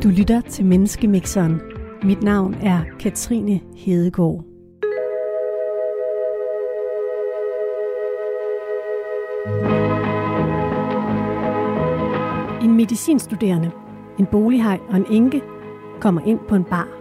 Du lytter til Menneskemixeren. Mit navn er Katrine Hedegaard. En medicinstuderende, en bolighaj og en enke kommer ind på en bar.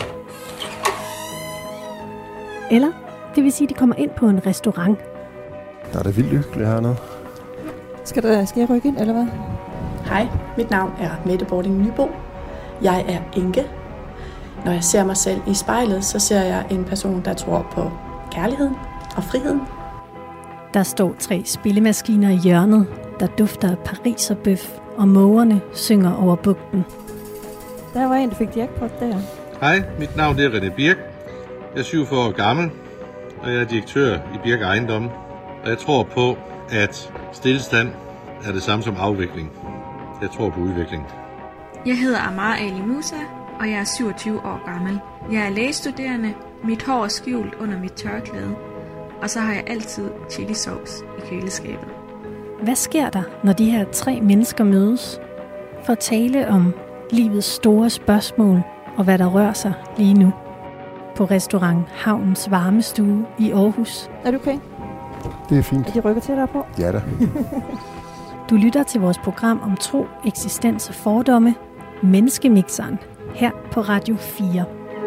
Eller, det vil sige, de kommer ind på en restaurant. Der er det vildt hyggeligt hernede. Skal jeg rykke ind, eller hvad? Hej, mit navn er Mette Bording Nybo. Jeg er enke. Når jeg ser mig selv i spejlet, så ser jeg en person, der tror på kærligheden og friheden. Der står 3 spillemaskiner i hjørnet, der dufter af pariserbøf, og mågerne synger over bugten. Der var en, der fik jackpot der. Hej, mit navn er René Birk. Jeg er 47 år gammel, og jeg er direktør i Birk Ejendomme. Og jeg tror på, at stillestand er det samme som afvikling. Jeg tror på udvikling. Jeg hedder Amar Ali Musa, og jeg er 27 år gammel. Jeg er lægestuderende, mit hår er skjult under mit tørklæde, og så har jeg altid chilisauce i køleskabet. Hvad sker der, når de her 3 mennesker mødes for at tale om livets store spørgsmål og hvad der rører sig lige nu? På restaurant Havnens Varmestue i Aarhus. Er du okay? Det er fint. Er de rykket til dig på? Ja da. Du lytter til vores program om tro, eksistens og fordomme, Menneskemixeren, her på Radio 4.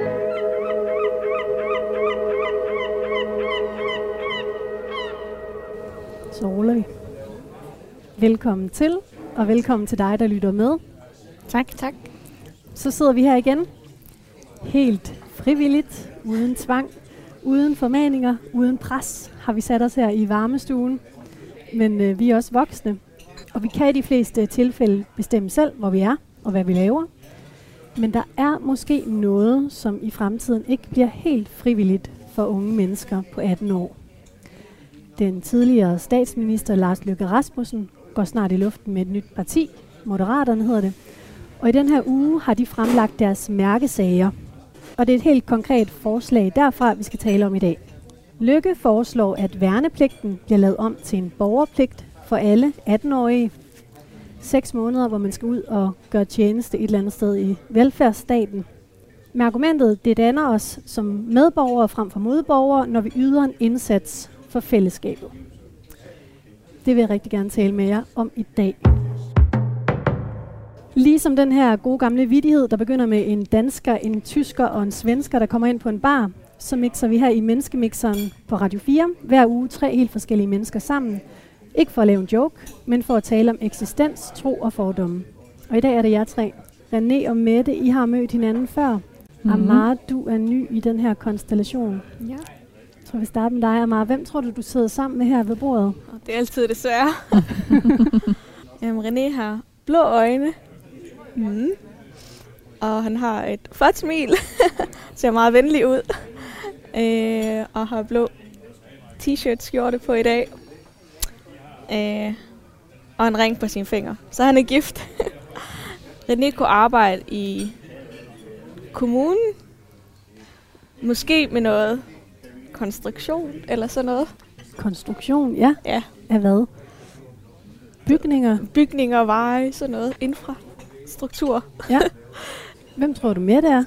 Så ruller vi. Velkommen til, og velkommen til dig, der lytter med. Tak. Så sidder vi her igen. Helt frivilligt, uden tvang, uden formaninger, uden pres, har vi sat os her i varmestuen. Men vi er også voksne, og vi kan i de fleste tilfælde bestemme selv, hvor vi er og hvad vi laver. Men der er måske noget, som i fremtiden ikke bliver helt frivilligt for unge mennesker på 18 år. Den tidligere statsminister Lars Løkke Rasmussen går snart i luften med et nyt parti, Moderaterne hedder det. Og i den her uge har de fremlagt deres mærkesager. Og det er et helt konkret forslag derfra, vi skal tale om i dag. Løkke foreslår, at værnepligten bliver lavet om til en borgerpligt for alle 18-årige. 6 måneder, hvor man skal ud og gøre tjeneste et eller andet sted i velfærdsstaten. Med argumentet, det danner os som medborgere frem for modborgere, når vi yder en indsats for fællesskabet. Det vil jeg rigtig gerne tale med jer om i dag. Ligesom den her gode gamle vittighed, der begynder med en dansker, en tysker og en svensker, der kommer ind på en bar, så mixer vi her i Menneskemixeren på Radio 4 hver uge 3 helt forskellige mennesker sammen. Ikke for at lave en joke, men for at tale om eksistens, tro og fordomme. Og i dag er det jer 3. René og Mette, I har mødt hinanden før. Amar, du er ny i den her konstellation. Ja. Jeg tror, vi starter med dig, Amar. Hvem tror du sidder sammen med her ved bordet? Det er altid det svære. Jamen, René har blå øjne. Og han har et flot smil. Ser meget venlig ud. Og har blå t-shirt skjorte på i dag. Og en ring på sine fingre. Så han er gift. René kunne arbejde i kommunen. Måske med noget konstruktion eller sådan noget. Konstruktion, ja. Ja. Af hvad? Bygninger? Bygninger, veje, sådan noget. Infrastruktur. Ja. Hvem tror du Mette er?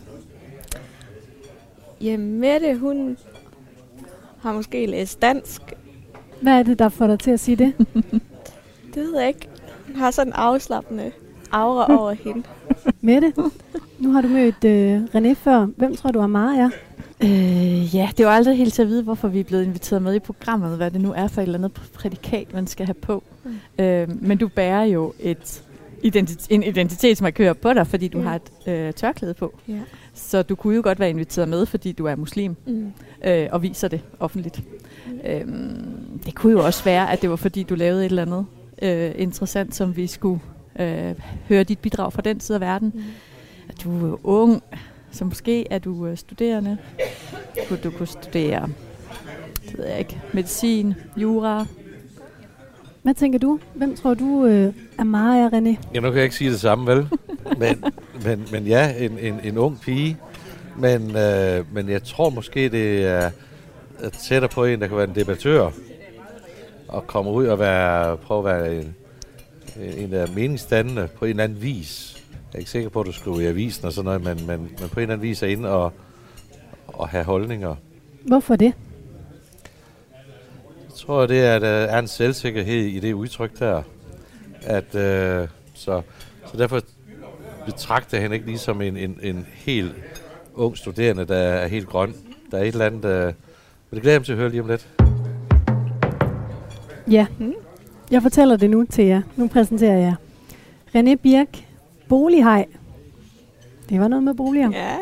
Ja, Mette, hun har måske læst dansk. Hvad er det, der får dig til at sige det? Det ved jeg ikke. Hun har sådan en afslappende aura over hende. Mette, nu har du mødt René før. Hvem tror du Amar er? Ja, det er jo aldrig helt til at vide, hvorfor vi er blevet inviteret med i programmet, hvad det nu er for et eller andet prædikat, man skal have på. Men du bærer jo en identitetsmarkør på dig, fordi du har et tørklæde på. Ja. Så du kunne jo godt være inviteret med, fordi du er muslim, og viser det offentligt. Det kunne jo også være, at det var fordi, du lavede et eller andet interessant, som vi skulle høre dit bidrag fra den side af verden. Du er ung, så måske er du studerende. Du kunne studere, det ved jeg ikke, medicin, jura. Hvad tænker du? Hvem tror du Amar er, René? Ja, nu kan jeg ikke sige det samme, vel? men ja, en ung pige. Men jeg tror måske, det er tættere på en, der kan være en debattør. Og komme ud og prøve at være en der er meningsdannende på en eller anden vis. er ikke sikker på, at du skriver i avisen og sådan noget, men på en eller anden vis er inde og have holdninger. Hvorfor det? Jeg tror, det er, at der er en selvsikkerhed i det udtryk der. Så derfor betragter han ikke ligesom en helt ung studerende, der er helt grøn. Der er et eller andet, men det glæder jeg mig til at høre lige om lidt. Ja, jeg fortæller det nu til jer. Nu præsenterer jeg René Birk, bolighaj. Det var noget med boliger. Ja.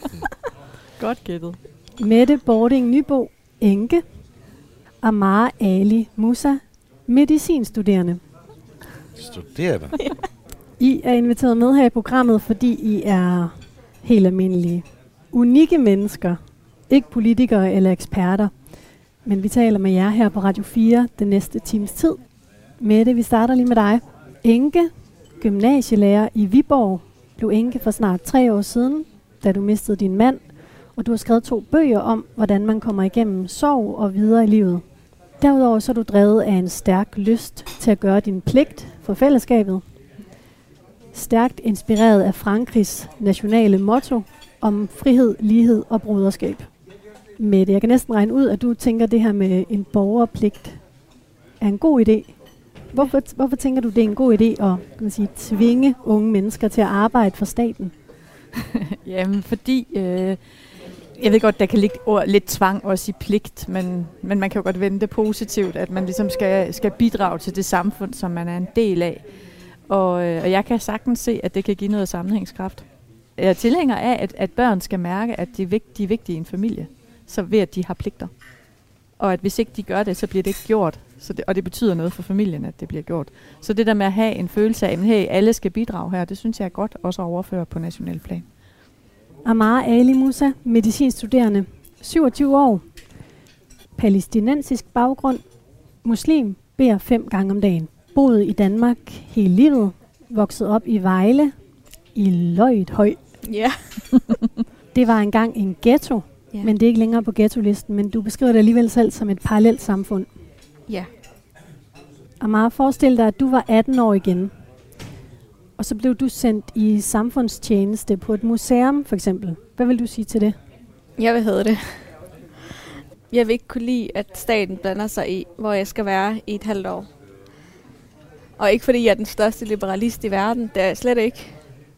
Godt gættet. Mette Bording Nybo, enke. Amara Ali Musa, medicinstuderende. Studerende? I er inviteret med her i programmet, fordi I er helt almindelige, unikke mennesker. Ikke politikere eller eksperter. Men vi taler med jer her på Radio 4 den næste times tid. Mette, vi starter lige med dig. Enke, gymnasielærer i Viborg, blev enke for snart 3 år siden, da du mistede din mand. Og du har skrevet 2 bøger om, hvordan man kommer igennem sorg og videre i livet. Derudover så er du drevet af en stærk lyst til at gøre din pligt for fællesskabet. Stærkt inspireret af Frankrigs nationale motto om frihed, lighed og broderskab. Mette, jeg kan næsten regne ud, at du tænker, at det her med en borgerpligt er en god idé. Hvorfor tænker du, det er en god idé at tvinge unge mennesker til at arbejde for staten? Jamen, fordi jeg ved godt, der kan ligge lidt tvang også i pligt, men man kan jo godt vende det positivt, at man ligesom skal bidrage til det samfund, som man er en del af. Og jeg kan sagtens se, at det kan give noget sammenhængskraft. Jeg er tilhænger af, at børn skal mærke, at de er vigtige i en familie, så ved at de har pligter. Og at hvis ikke de gør det, så bliver det ikke gjort. Og det betyder noget for familien, at det bliver gjort. Så det der med at have en følelse af, at hey, alle skal bidrage her, det synes jeg er godt også at overføre på national plan. Amara Ali Musa, medicinstuderende, 27 år, palæstinensisk baggrund, muslim, beder 5 gange om dagen. Boet i Danmark hele livet, vokset op i Vejle, i Løjthøj. Ja. Det var engang en ghetto, men det er ikke længere på ghetto-listen, men du beskriver det alligevel selv som et parallelt samfund. Ja. Amara, forestil dig, at du var 18 år igen, og så blev du sendt i samfundstjeneste på et museum, for eksempel. Hvad vil du sige til det? Jeg vil det. Jeg vil ikke kunne lide, at staten blander sig i, hvor jeg skal være i et halvt år. Og ikke fordi jeg er den største liberalist i verden, det er jeg slet ikke.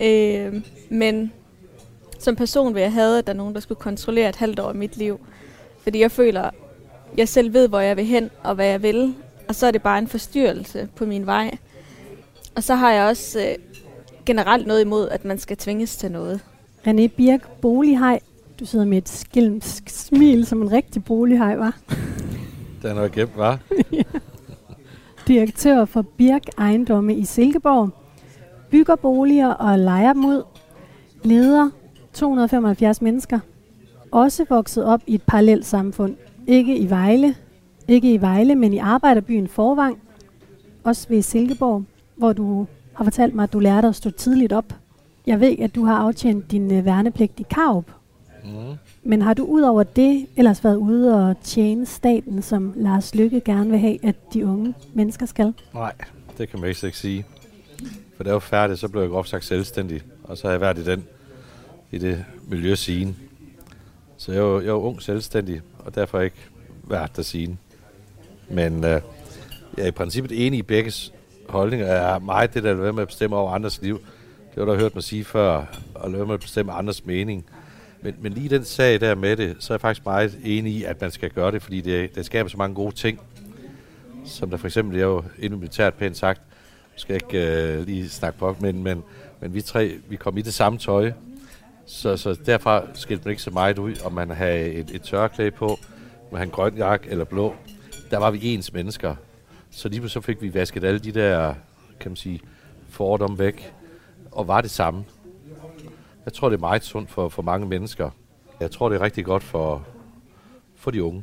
Men som person vil jeg have, at der er nogen, der skulle kontrollere et halvt år i mit liv. Fordi jeg føler, at jeg selv ved, hvor jeg vil hen og hvad jeg vil. Og så er det bare en forstyrrelse på min vej. Og så har jeg også generelt noget imod, at man skal tvinges til noget. René Birk, bolighaj. Du sidder med et skælmsk smil, som en rigtig bolighaj, var. Der er noget gemt, var. Ja. Direktør for Birk Ejendomme i Silkeborg. Bygger boliger og lejer dem ud. Leder 275 mennesker. Også vokset op i et parallelt samfund. Ikke i Vejle, men i arbejderbyen Forvang. Også ved Silkeborg, hvor du har fortalt mig, at du lærte at stå tidligt op. Jeg ved, at du har aftjent din værnepligt i Karup. Men har du ud over det ellers været ude og tjene staten, som Lars Løkke gerne vil have, at de unge mennesker skal? Nej, det kan man ikke sige. For da jeg var færdig, så blev jeg groft sagt selvstændig. Og så har jeg været i det miljøscene. Så jeg var ung selvstændig, og derfor ikke været der siden. Men jeg er i princippet enig i begges holdninger. Jeg er meget det, der vil være med at bestemme over andres liv. Det har du hørt mig sige før, at lade med at bestemme andres mening. Men lige den sag der med det, så er jeg faktisk meget enig i, at man skal gøre det, fordi det skaber så mange gode ting. Som der for eksempel, jeg er jo endnu militært pænt sagt, skal jeg ikke lige snakke på, men vi 3, vi kom i det samme tøj. Så derfra skilte man ikke så meget ud, om man havde et tørklæde på, man havde en grøn jakke eller blå. Der var vi ens mennesker. Så lige så fik vi vasket alle de der, kan man sige, fordomme væk, og var det samme. Jeg tror, det er meget sundt for mange mennesker. Jeg tror, det er rigtig godt for de unge.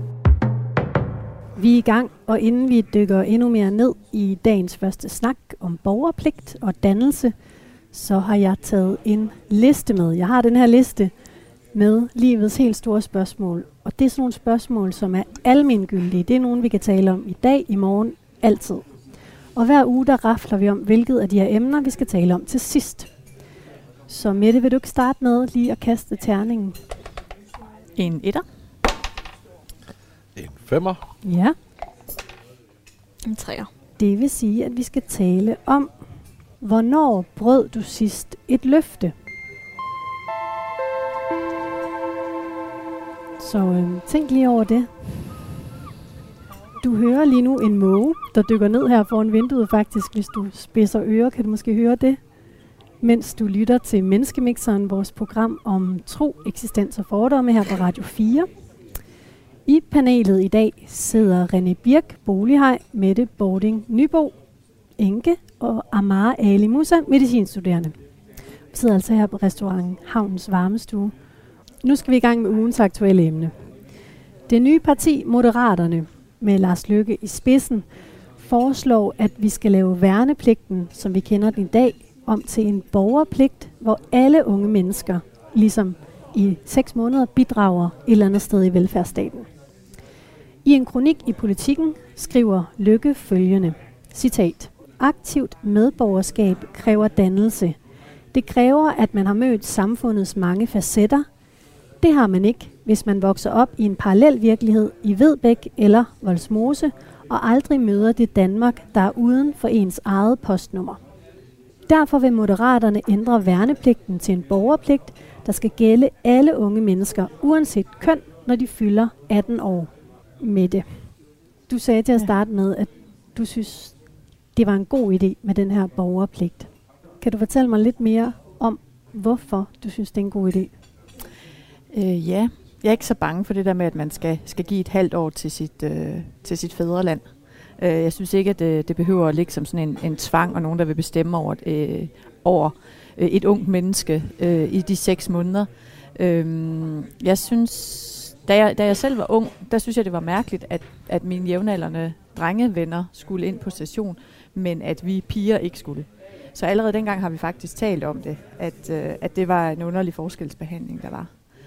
Vi er i gang, og inden vi dykker endnu mere ned i dagens første snak om borgerpligt og dannelse, så har jeg taget en liste med. Jeg har den her liste med livets helt store spørgsmål. Og det er sådan nogle spørgsmål, som er almengyldige. Det er nogle, vi kan tale om i dag, i morgen, altid. Og hver uge, der rafler vi om, hvilket af de her emner, vi skal tale om til sidst. Så Mette, vil du ikke starte med lige at kaste terningen? En etter. En 5'er. Ja. En 3'er. Det vil sige, at vi skal tale om, hvornår brød du sidst et løfte? Så tænk lige over det. Du hører lige nu en måge, der dykker ned her foran vinduet faktisk. Hvis du spidser ører, kan du måske høre det. Mens du lytter til Menneskemixeren, vores program om tro, eksistens og fordomme her på Radio 4. I panelet i dag sidder René Birk, Bolighaj, Mette Bording Nybo, Enke og Amara Ali Musa, medicinstuderende. Vi sidder altså her på restauranten Havnens Varmestue. Nu skal vi i gang med ugens aktuelle emne. Det nye parti Moderaterne med Lars Løkke i spidsen foreslår, at vi skal lave værnepligten, som vi kender den i dag, om til en borgerpligt, hvor alle unge mennesker, ligesom i 6 måneder, bidrager et eller andet sted i velfærdsstaten. I en kronik i Politikken skriver Løkke følgende, citat, aktivt medborgerskab kræver dannelse. Det kræver, at man har mødt samfundets mange facetter. Det har man ikke, hvis man vokser op i en parallel virkelighed i Vedbæk eller Vollsmose og aldrig møder det Danmark, der er uden for ens eget postnummer. Derfor vil Moderaterne ændre værnepligten til en borgerpligt, der skal gælde alle unge mennesker, uanset køn, når de fylder 18 år. Mette, du sagde til at starte med, at du synes, det var en god idé med den her borgerpligt. Kan du fortælle mig lidt mere om, hvorfor du synes, det er en god idé? Ja, jeg er ikke så bange for det der med, at man skal give et halvt år til sit fædreland. Jeg synes ikke, at det behøver at ligge som sådan en tvang, og nogen, der vil bestemme over et ungt menneske i de 6 måneder. Jeg synes, da jeg selv var ung, der synes jeg, det var mærkeligt, at mine jævnaldrende drengevenner skulle ind på station, men at vi piger ikke skulle. Så allerede dengang har vi faktisk talt om det, at det var en underlig forskelsbehandling, der var.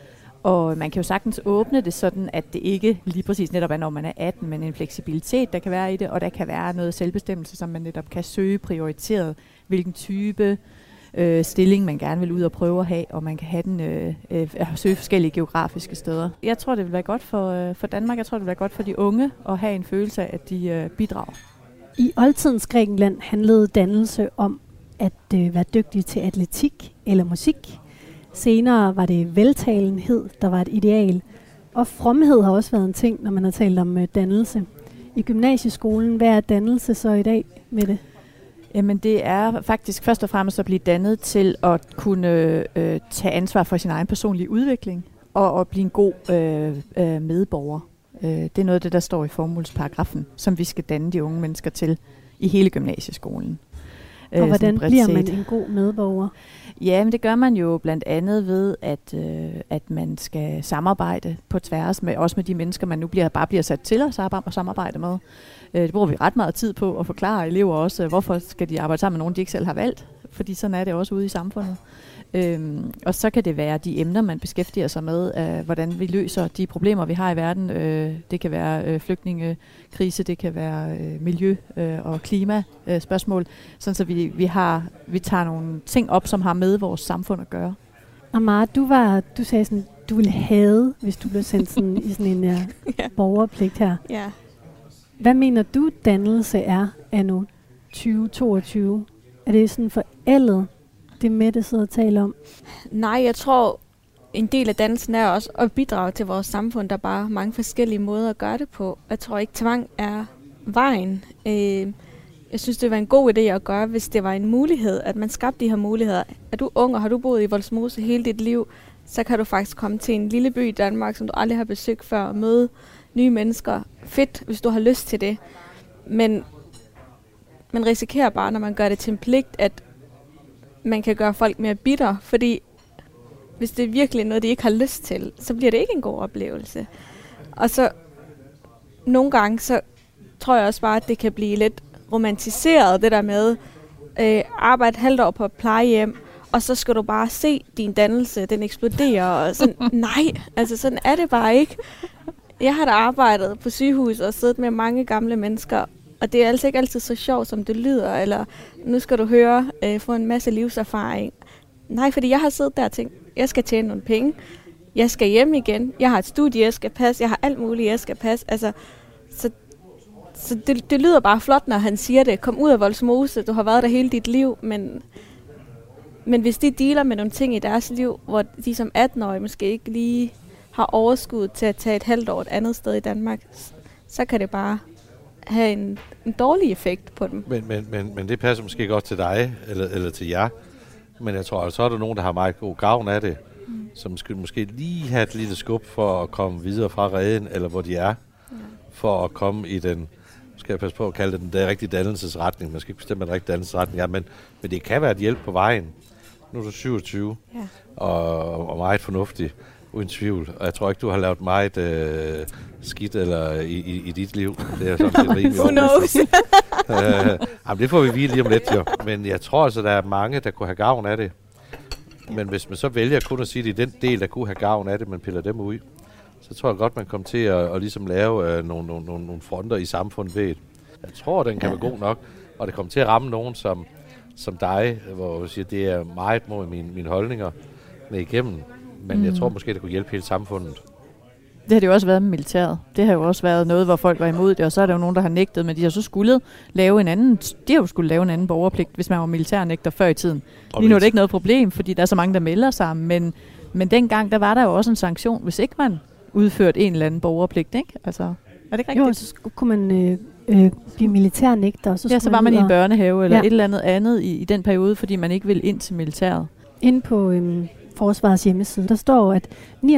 Og man kan jo sagtens åbne det sådan, at det ikke lige præcis netop er, når man er 18, men en fleksibilitet, der kan være i det, og der kan være noget selvbestemmelse, som man netop kan søge prioriteret, hvilken type stilling man gerne vil ud og prøve at have, og man kan have den søge forskellige geografiske steder. Jeg tror, det vil være godt for Danmark, jeg tror, det vil være godt for de unge at have en følelse af, at de bidrager. I oldtidens Grækenland handlede dannelse om at være dygtig til atletik eller musik. Senere var det veltalenhed, der var et ideal. Og fromhed har også været en ting, når man har talt om dannelse. I gymnasieskolen, hvad er dannelse så i dag med det? Jamen det er faktisk først og fremmest at blive dannet til at kunne tage ansvar for sin egen personlige udvikling og at blive en god medborger. Det er noget af det, der står i formålsparagrafen, som vi skal danne de unge mennesker til i hele gymnasieskolen. Og hvordan bliver man en god medborger? Ja, men det gør man jo blandt andet ved, at man skal samarbejde på tværs, også med de mennesker, man nu bare bliver sat til at samarbejde med. Det bruger vi ret meget tid på at forklare elever også, hvorfor skal de arbejde sammen med nogen, de ikke selv har valgt. Fordi sådan er det også ude i samfundet. Og så kan det være de emner, man beskæftiger sig med, hvordan vi løser de problemer, vi har i verden. Det kan være flygtningekrise, det kan være miljø- og klimaspørgsmål, sådan så vi tager nogle ting op, som har med vores samfund at gøre. Amara, du sagde sådan, du ville hade, hvis du blev sendt sådan, i sådan en borgerpligt her. Ja. Hvad mener du, dannelse er anno 2022? Er det sådan forældet, det Mette sidder og taler om? Nej, jeg tror, en del af dannelsen er også at bidrage til vores samfund. Der er bare mange forskellige måder at gøre det på. Jeg tror ikke, tvang er vejen. Jeg synes, det var en god idé at gøre, hvis det var en mulighed, at man skabte de her muligheder. Er du ung, og har du boet i Vollsmose hele dit liv, så kan du faktisk komme til en lille by i Danmark, som du aldrig har besøgt før, og møde nye mennesker. Fedt, hvis du har lyst til det. Men man risikerer bare, når man gør det til en pligt, at man kan gøre folk mere bitter, fordi hvis det er virkelig noget, de ikke har lyst til, så bliver det ikke en god oplevelse. Og så nogle gange, så tror jeg også bare, at det kan blive lidt romantiseret, det der med arbejde halvt år på et plejehjem, og så skal du bare se din dannelse, den eksploderer, og sådan, nej, altså sådan er det bare ikke. Jeg har da arbejdet på sygehus og siddet med mange gamle mennesker, og det er altså ikke altid så sjovt, som det lyder, eller nu skal du høre, få en masse livserfaring. Nej, fordi jeg har siddet der og tænkt, jeg skal tjene nogle penge. Jeg skal hjem igen. Jeg har et studie, jeg skal passe. Jeg har alt muligt, jeg skal passe. Altså, så det lyder bare flot, når han siger det. Kom ud af Vollsmose, du har været der hele dit liv, men hvis de dealer med nogle ting i deres liv, hvor de som 18-årige måske ikke lige har overskud til at tage et halvt år et andet sted i Danmark, så kan det bare have en dårlig effekt på dem. Men det passer måske godt til dig, eller til jer. Men jeg tror, at så er der nogen, der har meget god gavn af det, som skulle måske lige have et lille skub for at komme videre fra reden, eller hvor de er, for at komme i den, skal jeg passe på at kalde det den rigtige dannelsesretning. Man skal ikke bestemme den rigtige dannelsesretning, ja, men det kan være et hjælp på vejen. Nu er du 27, og meget fornuftig, uden tvivl. Og jeg tror ikke, du har lavet meget skidt eller i dit liv. Det er sådan set rimelig jamen, det får vi vide lige om lidt, jo. Men jeg tror altså, der er mange, der kunne have gavn af det. Men hvis man så vælger kun at sige, at det er den del, der kunne have gavn af det, man piller dem ud, så tror jeg godt, man kommer til at ligesom lave nogle fronter i samfundet ved. Jeg tror, den kan være god nok, og det kommer til at ramme nogen som dig, hvor du siger, det er meget mod mine holdninger med igennem. Men jeg tror måske, det kunne hjælpe hele samfundet. Det har det jo også været med militæret. Det har jo også været noget, hvor folk var imod det, og så er der jo nogen, der har nægtet, men de har så skulle lave en anden borgerpligt, hvis man var militærnægter før i tiden. Lige nu er det ikke noget problem, fordi der er så mange, der melder sig, men dengang, der var der jo også en sanktion, hvis ikke man udførte en eller anden borgerpligt, ikke? Altså, er det ikke rigtigt? Jo, så kunne man blive militærnægter. Så var man i en børnehave eller et eller andet i den periode, fordi man ikke ville ind til militæret. Inde på Forsvarets hjemmeside, der står, at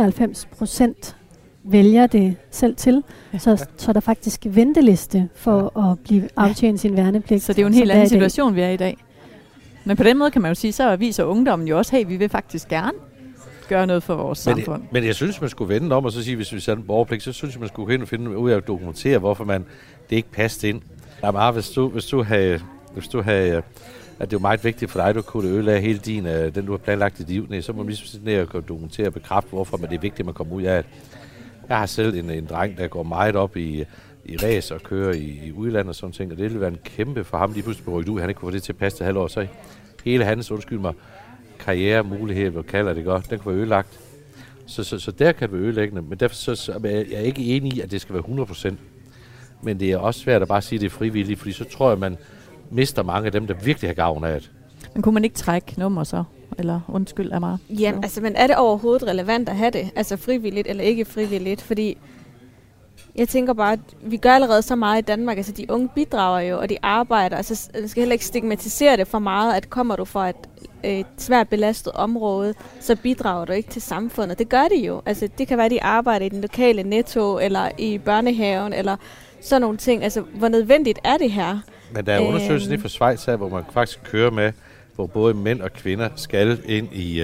99% vælger det selv til, så er der faktisk venteliste for at blive aftjent sin værnepligt. Så det er jo en helt anden situation, vi er i dag. Men på den måde kan man jo sige, så viser ungdommen jo også, hey, vi vil faktisk gerne gøre noget for vores samfund. Men jeg synes, man skulle vende om og så sige, hvis vi satte en borgerpligt, så synes jeg, man skulle hen og finde ud af at dokumentere, hvorfor det ikke passede ind. Jamen, hvis du havde at det er meget vigtigt for dig, du kunne ødelægge hele den du har planlagt i dit liv, så må man ligesom sidde ned og dokumentere og bekræfte, hvorfor det er vigtigt, at man kommer ud af det. Jeg har selv en dreng, der går meget op i race og kører i udlandet og sådan ting, og det ville være en kæmpe for ham lige pludselig på rykket ud. Han ikke kunne få det til at passe til halvår, så hele hans, karriere, mulighed, hvad kalder det godt, den kan være ødelagt. Så der kan det være ødelæggende, men derfor er jeg ikke enig i, at det skal være 100%. Men det er også svært at bare sige, at det er frivilligt, fordi så tror jeg, man mister mange af dem, der virkelig har gavn af det. Men kunne man ikke trække nummer så? Eller undskyld af mig? Jamen, altså, men er det overhovedet relevant at have det? Altså frivilligt eller ikke frivilligt? Fordi jeg tænker bare, at vi gør allerede så meget i Danmark. Altså de unge bidrager jo, og de arbejder. Altså man skal heller ikke stigmatisere det for meget, at kommer du fra et svært belastet område, så bidrager du ikke til samfundet. Det gør de jo. Altså det kan være, at de arbejder i den lokale Netto, eller i børnehaven, eller sådan nogle ting. Altså hvor nødvendigt er det her? Men der er undersøgelser lige fra Schweiz, hvor man faktisk kører med, hvor både mænd og kvinder skal ind i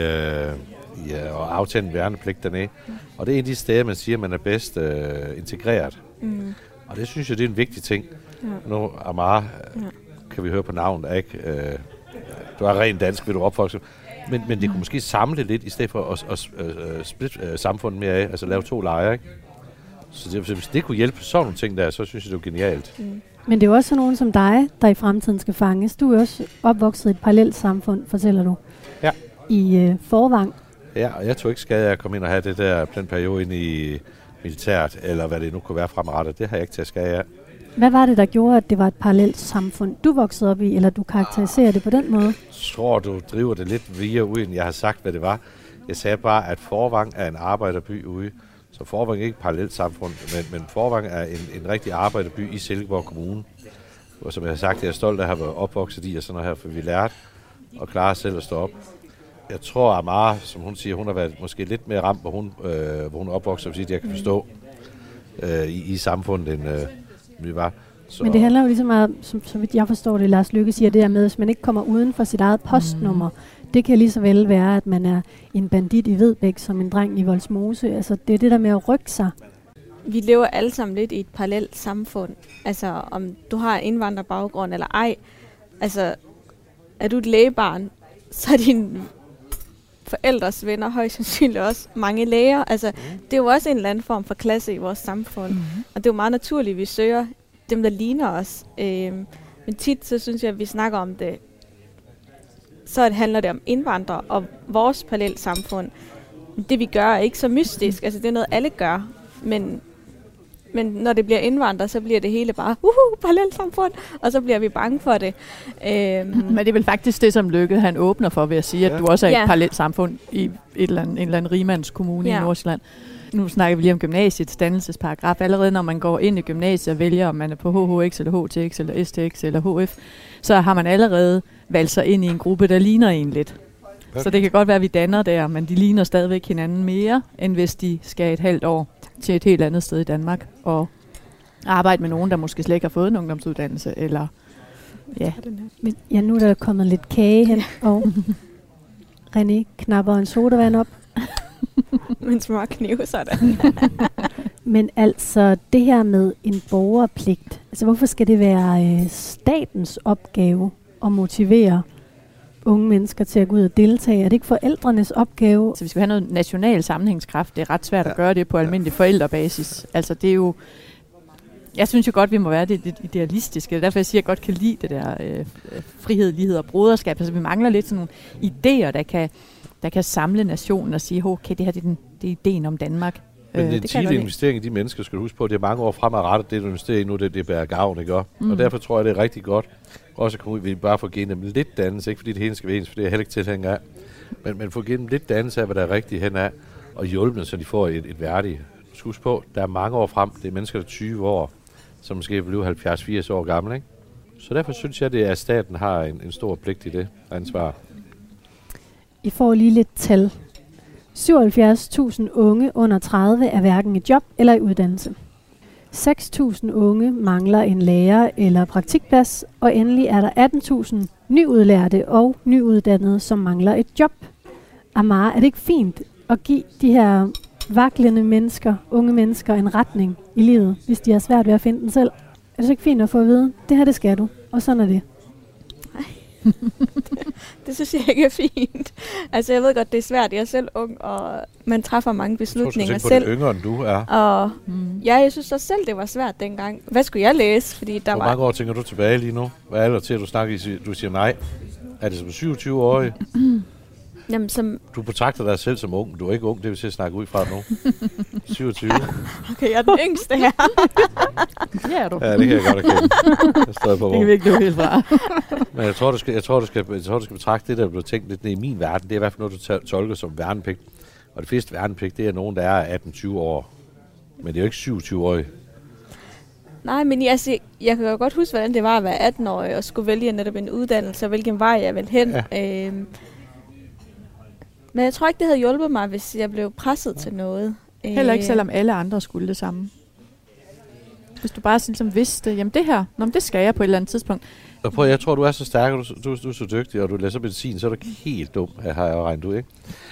og aftjene en værnepligt dernede. Og det er en af de steder, man siger, man er bedst integreret. Og det synes jeg, det er en vigtig ting. Nu, Amara, kan vi høre på navnet, ikke? Du er rent dansk, vil du opvokse. Men det kunne måske samle lidt, i stedet for at splitte samfundet mere af, altså lave 2 lejre, ikke? Så hvis det kunne hjælpe sådan nogle ting der, så synes jeg, det er genialt. Men det er jo også sådan nogen som dig, der i fremtiden skal fanges. Du er også opvokset i et parallelt samfund, fortæller du. Ja. I Forvang. Ja, og jeg tog ikke skade af at komme ind og have den periode ind i militæret, eller hvad det nu kunne være fremadrettet. Det har jeg ikke taget skade af. Hvad var det, der gjorde, at det var et parallelt samfund, du voksede op i, eller du karakteriserer det på den måde? Jeg tror, du driver det lidt via uden jeg har sagt, hvad det var. Jeg sagde bare, at Forvang er en arbejderby ude. Så Forvang er ikke et parallelt samfund, men Forvang er en rigtig arbejderby i Silkeborg Kommune. Og som jeg har sagt, jeg er stolt af at have været opvokset i og sådan noget her, for vi lærte at klare os selv at stå op. Jeg tror, Amara, som hun siger, hun har været måske lidt mere ramt, hvor hun er opvokset, så jeg kan forstå i samfundet, end vi var. Så. Men det handler jo ligesom meget, så vidt jeg forstår det, Lars Løkke siger det her med, hvis man ikke kommer uden for sit eget postnummer, det kan lige så vel være, at man er en bandit i Vedbæk som en dreng i Vollsmose. Altså det er det der med at rykke sig. Vi lever alle sammen lidt i et parallelt samfund. Altså om du har indvandrerbaggrund eller ej. Altså er du et lægebarn, så er dine forældres venner højst sandsynligt også mange læger. Altså det er jo også en eller anden form for klasse i vores samfund. Og det er jo meget naturligt, at vi søger dem, der ligner os. Men tit så synes jeg, at vi snakker om det så handler det om indvandrere og vores parallelsamfund. Det vi gør er ikke så mystisk, altså det er noget alle gør, men når det bliver indvandrere, så bliver det hele bare parallelsamfund, og så bliver vi bange for det. Men det er vel faktisk det, som Lykke han åbner for ved at sige, at du også er et parallelsamfund i en eller anden rigmandskommune i Nordsjælland. Nu snakker vi lige om gymnasiets dannelsesparagraf. Allerede når man går ind i gymnasiet og vælger, om man er på HHX eller HTX eller STX eller HF, så har man allerede valgt sig ind i en gruppe, der ligner en lidt. Okay. Så det kan godt være, at vi danner der, men de ligner stadigvæk hinanden mere, end hvis de skal et halvt år til et helt andet sted i Danmark og arbejde med nogen, der måske slet ikke har fået en ungdomsuddannelse. Eller, ja, nu er der kommet lidt kage hen, og René knapper en sodavand op. Men smør kniv sådan. Men altså, det her med en borgerpligt, altså hvorfor skal det være statens opgave at motivere unge mennesker til at gå ud og deltage? Er det ikke forældrenes opgave? Så vi skal have noget national sammenhængskraft. Det er ret svært at gøre det på almindelig forældrebasis. Altså det er jo... Jeg synes jo godt, vi må være det idealistiske. Det er derfor, jeg siger, at jeg godt kan lide det der frihed, lighed og broderskab. Altså vi mangler lidt sådan nogle idéer, der kan samle nationen og sige, okay, det her det er ideen om Danmark. Men den tidlige investering i de mennesker, skal du huske på, det er mange år fremadrettet, det du investerer i nu, det bærer gavn, ikke? Og derfor tror jeg, det er rigtig godt også at komme ud, vi bare får givet dem lidt dannelse, ikke fordi det hele skal være ens, for det er heller ikke tilhænger af, men få givet dem lidt dannelse af, hvad der er rigtigt hen af, og hjælpe dem, så de får et værdigt. Du skal huske på, der er mange år frem, det er mennesker, der er 20 år, som måske bliver 70-80 år gamle, ikke? Så derfor synes jeg, at staten har en stor pligt i det ansvar. I får lige lidt tal. 77.000 unge under 30 er hverken i job eller i uddannelse. 6.000 unge mangler en lærer eller praktikplads, og endelig er der 18.000 nyudlærte og nyuddannede, som mangler et job. Amara, er det ikke fint at give de her vaklende mennesker, unge mennesker, en retning i livet, hvis de har svært ved at finde den selv? Er det så ikke fint at få at vide, det her det skal du, og sådan er det? Det synes jeg ikke er fint. Altså jeg ved godt, det er svært. Jeg er selv ung, og man træffer mange beslutninger selv. Jeg tror, du er yngre, end du er. Og jeg synes også selv, det var svært dengang. Hvad skulle jeg læse? Fordi der Hvor mange år tænker du tilbage lige nu? Hvad er det til, at du siger nej? Er det som 27-årig? Jamen, Du betragter dig selv som ung. Du er ikke ung, det vil sige snakke ud fra nu. 27. Okay, jeg er den yngste her. Det er du. Ja, det kan jeg godt erkende. Det kan vi ikke løbe helt fra. Men jeg tror, du skal betragte det, der blev tænkt lidt ned i min verden. Det er i hvert fald noget, du tolker som værnepligt. Og det fleste værnepligt, det er nogen, der er 18-20 år. Men det er jo ikke 27-årige. Nej, men jeg kan jo godt huske, hvordan det var at være 18-årig og skulle vælge netop en uddannelse, og hvilken vej jeg ville hen. Ja. Men jeg tror ikke, det havde hjulpet mig, hvis jeg blev presset til noget. Heller ikke, selvom alle andre skulle det samme. Hvis du bare sådan vidste, jamen det her, det skal jeg på et eller andet tidspunkt. Og prøv, jeg tror, du er så stærk, og du er så dygtig, og du læser medicin, så er du ikke helt dum, har jeg regnet ud, ikke?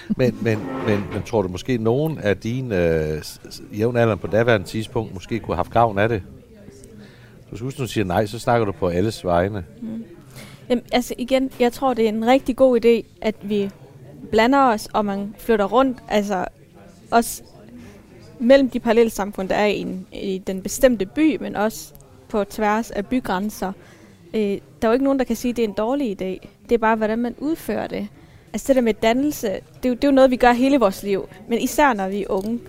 Men tror du måske, nogen af dine jævnaldrende på daværende tidspunkt måske kunne have haft gavn af det? Du skal huske, når du siger nej, så snakker du på alles vegne. Jamen, altså igen, jeg tror, det er en rigtig god idé, at vi blander os, og man flytter rundt, altså også mellem de parallelsamfund, der er i den bestemte by, men også på tværs af bygrænser. Der er jo ikke nogen, der kan sige, at det er en dårlig idé. Det er bare, hvordan man udfører det. Altså det der med dannelse, det er jo noget, vi gør hele vores liv, men især når vi er unge.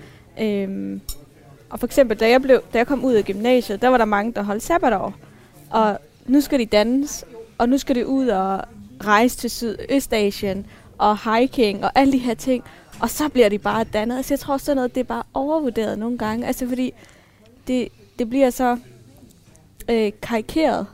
Og for eksempel, da jeg kom ud af gymnasiet, der var der mange, der holdt sabbatår. Og nu skal de dannes, og nu skal de ud og rejse til Sydøstasien, og hiking, og alle de her ting. Og så bliver de bare dannet. Altså jeg tror sådan noget, det er bare overvurderet nogle gange. Altså fordi det bliver så karikeret.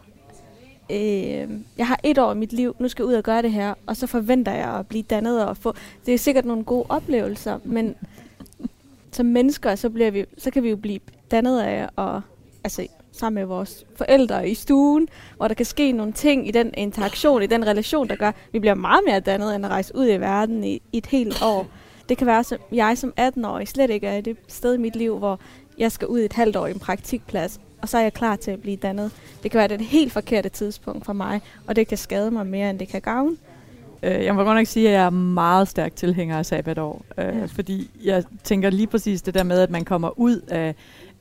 Jeg har 1 år i mit liv, nu skal jeg ud og gøre det her, og så forventer jeg at blive dannet og få... Det er sikkert nogle gode oplevelser, men som mennesker, så kan vi jo blive dannet af, og altså sammen med vores forældre i stuen, hvor der kan ske nogle ting i den interaktion, i den relation, der gør, at vi bliver meget mere dannet, end at rejse ud i verden i et helt år. Det kan være, at jeg som 18-årig slet ikke er i det sted i mit liv, hvor jeg skal ud et halvt år i en praktikplads, og så er jeg klar til at blive dannet. Det kan være, det helt forkerte tidspunkt for mig, og det kan skade mig mere, end det kan gavne. Jeg må godt nok sige, at jeg er meget stærk tilhænger af sabbatår, fordi jeg tænker lige præcis det der med, at man kommer ud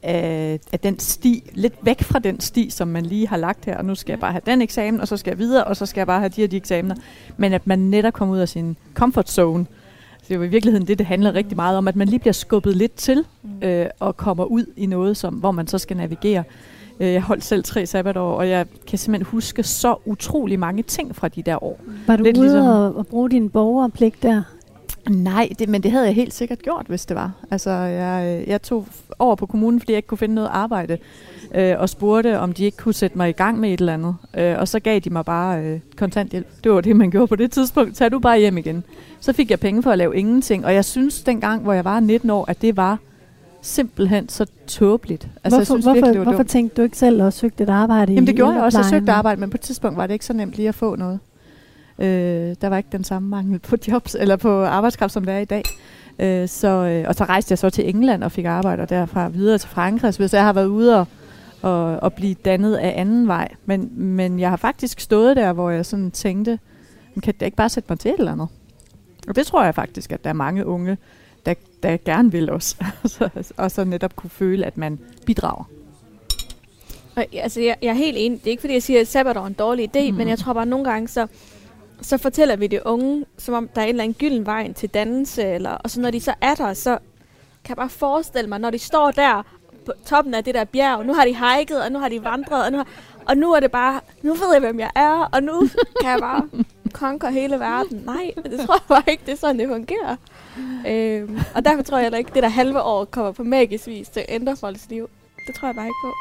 af den sti, lidt væk fra den sti, som man lige har lagt her, og nu skal jeg bare have den eksamen, og så skal jeg videre, og så skal jeg bare have de og de eksamener. Men at man netop kommer ud af sin comfort zone. Så det er jo i virkeligheden det handler rigtig meget om, at man lige bliver skubbet lidt til, og kommer ud i noget, hvor man så skal navigere. Jeg holdt selv 3 sabbatår, og jeg kan simpelthen huske så utrolig mange ting fra de der år. Var du lidt ude ligesom at bruge din borgerpligt der? Nej, men det havde jeg helt sikkert gjort, hvis det var. Altså, jeg tog over på kommunen, fordi jeg ikke kunne finde noget arbejde, og spurgte, om de ikke kunne sætte mig i gang med et eller andet. Og så gav de mig bare kontanthjælp. Det var det, man gjorde på det tidspunkt. Tag du bare hjem igen. Så fik jeg penge for at lave ingenting, og jeg synes dengang, hvor jeg var 19 år, at det var simpelthen så tåbeligt. Altså, hvorfor tænkte du ikke selv at søge et arbejde? Jamen det gjorde jeg også. Jeg søgte arbejde, men på et tidspunkt var det ikke så nemt lige at få noget. Der var ikke den samme mangel på jobs eller på arbejdskraft, som der er i dag. Og så rejste jeg så til England og fik arbejde, og derfra videre til Frankrig. Så hvis jeg har været ude og blive dannet af anden vej. Men jeg har faktisk stået der, hvor jeg sådan tænkte, kan jeg ikke bare sætte mig til et eller andet? Og det tror jeg faktisk, at der er mange unge, der gerne vil også. Og så netop kunne føle, at man bidrager. Altså, jeg er helt enig. Det er ikke, fordi jeg siger, at sabbat er en dårlig idé, men jeg tror bare, at nogle gange, så fortæller vi de unge, som om der er en eller anden gylden vej til dannelse, og så når de så er der, så kan jeg bare forestille mig, når de står der på toppen af det der bjerg, nu har de hiket, og nu har de vandret, og nu er det bare, nu ved jeg, hvem jeg er, og nu kan jeg bare conquer hele verden. Nej, det tror jeg bare ikke, det er sådan, det fungerer. Og derfor tror jeg heller ikke, det der halve år kommer på magisk vis til at ændre folks liv. Det tror jeg bare ikke på.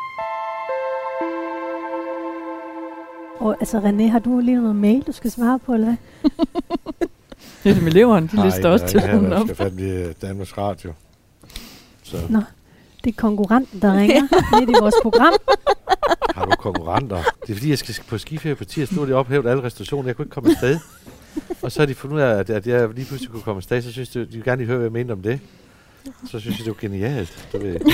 Og altså René, har du lige noget mail, du skal svare på, eller hvad? Det er som eleverne, de lister også telefonen op. Nej, jeg skal fandme Danmarks Radio. Så. Nå, det er konkurrenten, der ringer midt i vores program. Har du konkurrenter? Det er fordi, jeg skal på skiferie på tirsdag. Nu har de ophævet alle restriktioner. Jeg kunne ikke komme afsted. Og så har de fundet ud af, at jeg lige pludselig kunne komme afsted. Så synes de vil gerne lige høre, hvad jeg mente om det. Så synes jeg, det var genialt.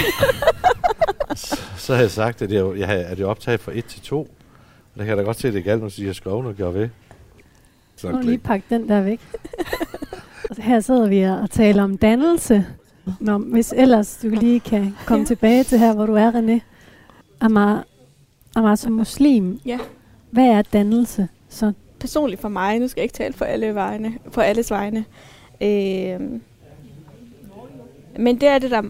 Så har jeg sagt, at jeg optaget fra 1 til 2. Og der kan jeg da godt se, at det er galt, når jeg skriver og gør ved. Så nu lige pakke den der væk. Og her sidder vi og taler om dannelse. Nå, hvis ellers du lige kan komme tilbage til her, hvor du er, René. Amar som muslim. Ja. Hvad er dannelse så? Personligt for mig, nu skal jeg ikke tale på alles vegne. Men det er det,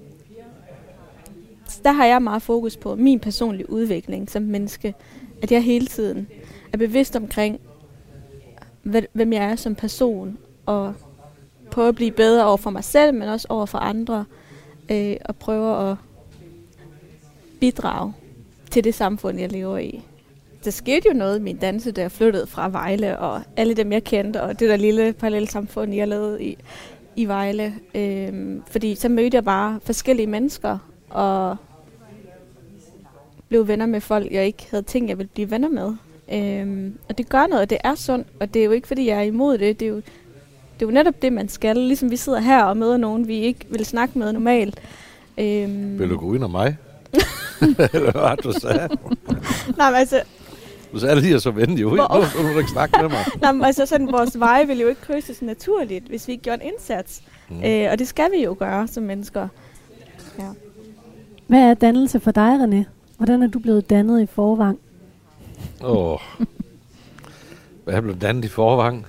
der har jeg meget fokus på min personlige udvikling som menneske. At jeg hele tiden er bevidst omkring, hvem jeg er som person. Og prøve at blive bedre over for mig selv, men også over for andre. Og prøve at bidrage til det samfund, jeg lever i. Der skete jo noget i min danse, da jeg flyttede fra Vejle, og alle dem, jeg kendte, og det der lille parallelsamfund, jeg lavede i Vejle. Fordi så mødte jeg bare forskellige mennesker, og blev venner med folk, jeg ikke havde tænkt, jeg ville blive venner med. Og det gør noget, og det er sundt, og det er jo ikke, fordi jeg er imod det. Det er jo netop det, man skal. Ligesom vi sidder her og møder nogen, vi ikke vil snakke med normalt. Vil du gå ind om mig? Eller hvad du sagde? Nej, men altså... Du sagde lige, så vende jo. Nu vil du ikke snakke med mig. Nej, men altså sådan, vores veje vil jo ikke krydses naturligt, hvis vi ikke gjorde en indsats. Og det skal vi jo gøre som mennesker. Ja. Hvad er dannelse for dig, René? Hvordan er du blevet dannet i Forvang? Hvad er blevet dannet i Forvang?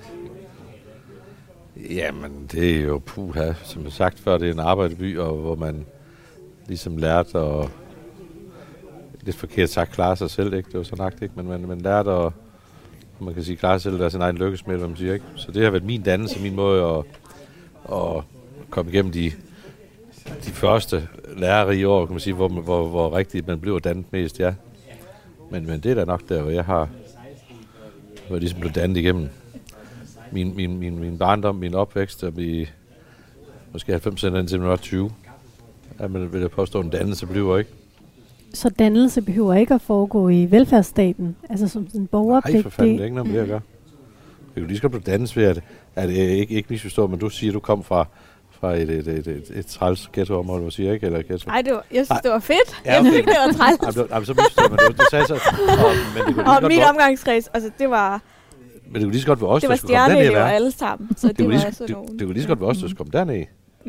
Jamen, det er jo puha, som jeg sagt før, det er en arbejderby, og hvor man ligesom lærte at, lidt forkert sagt, klare sig selv, ikke? Det var så nagt, ikke? Men man lærte at, man kan sige, klare sig selv, der er sin egen lykkesmæld, hvad man siger, ikke? Så det har været min dannelse, min måde at komme igennem de første lærerige år, kan man sige, hvor rigtigt man bliver dannet mest, ja. Men det er da nok der, hvor jeg har været ligesom blevet dannet igennem min barndom, min opvækst, og måske 90 indtil man var 20. Ja, men vil jeg påstå, en dannelse bliver ikke. Så dannelse behøver ikke at foregå i velfærdsstaten? Altså som en borgerpligt? Nej, for fanden, det er ikke noget med det at gøre. Det er jo lige skal blive dannes ved, at ikke misforstå, men du siger, at du kom fra et træls ghettoområde, du siger, ikke? Eller ghetto? Nej, jeg synes, det var fedt. Ja, okay. Jeg synes, det var træls. Jamen, så misforstår man det. Du sagde så... Og min omgangskreds, altså det var... Men det kunne lige så godt være os, der skulle komme derned. Det var stjerneelever alle sammen, så det var altså nogen. Det kunne lige så godt være os, der skulle komme derned.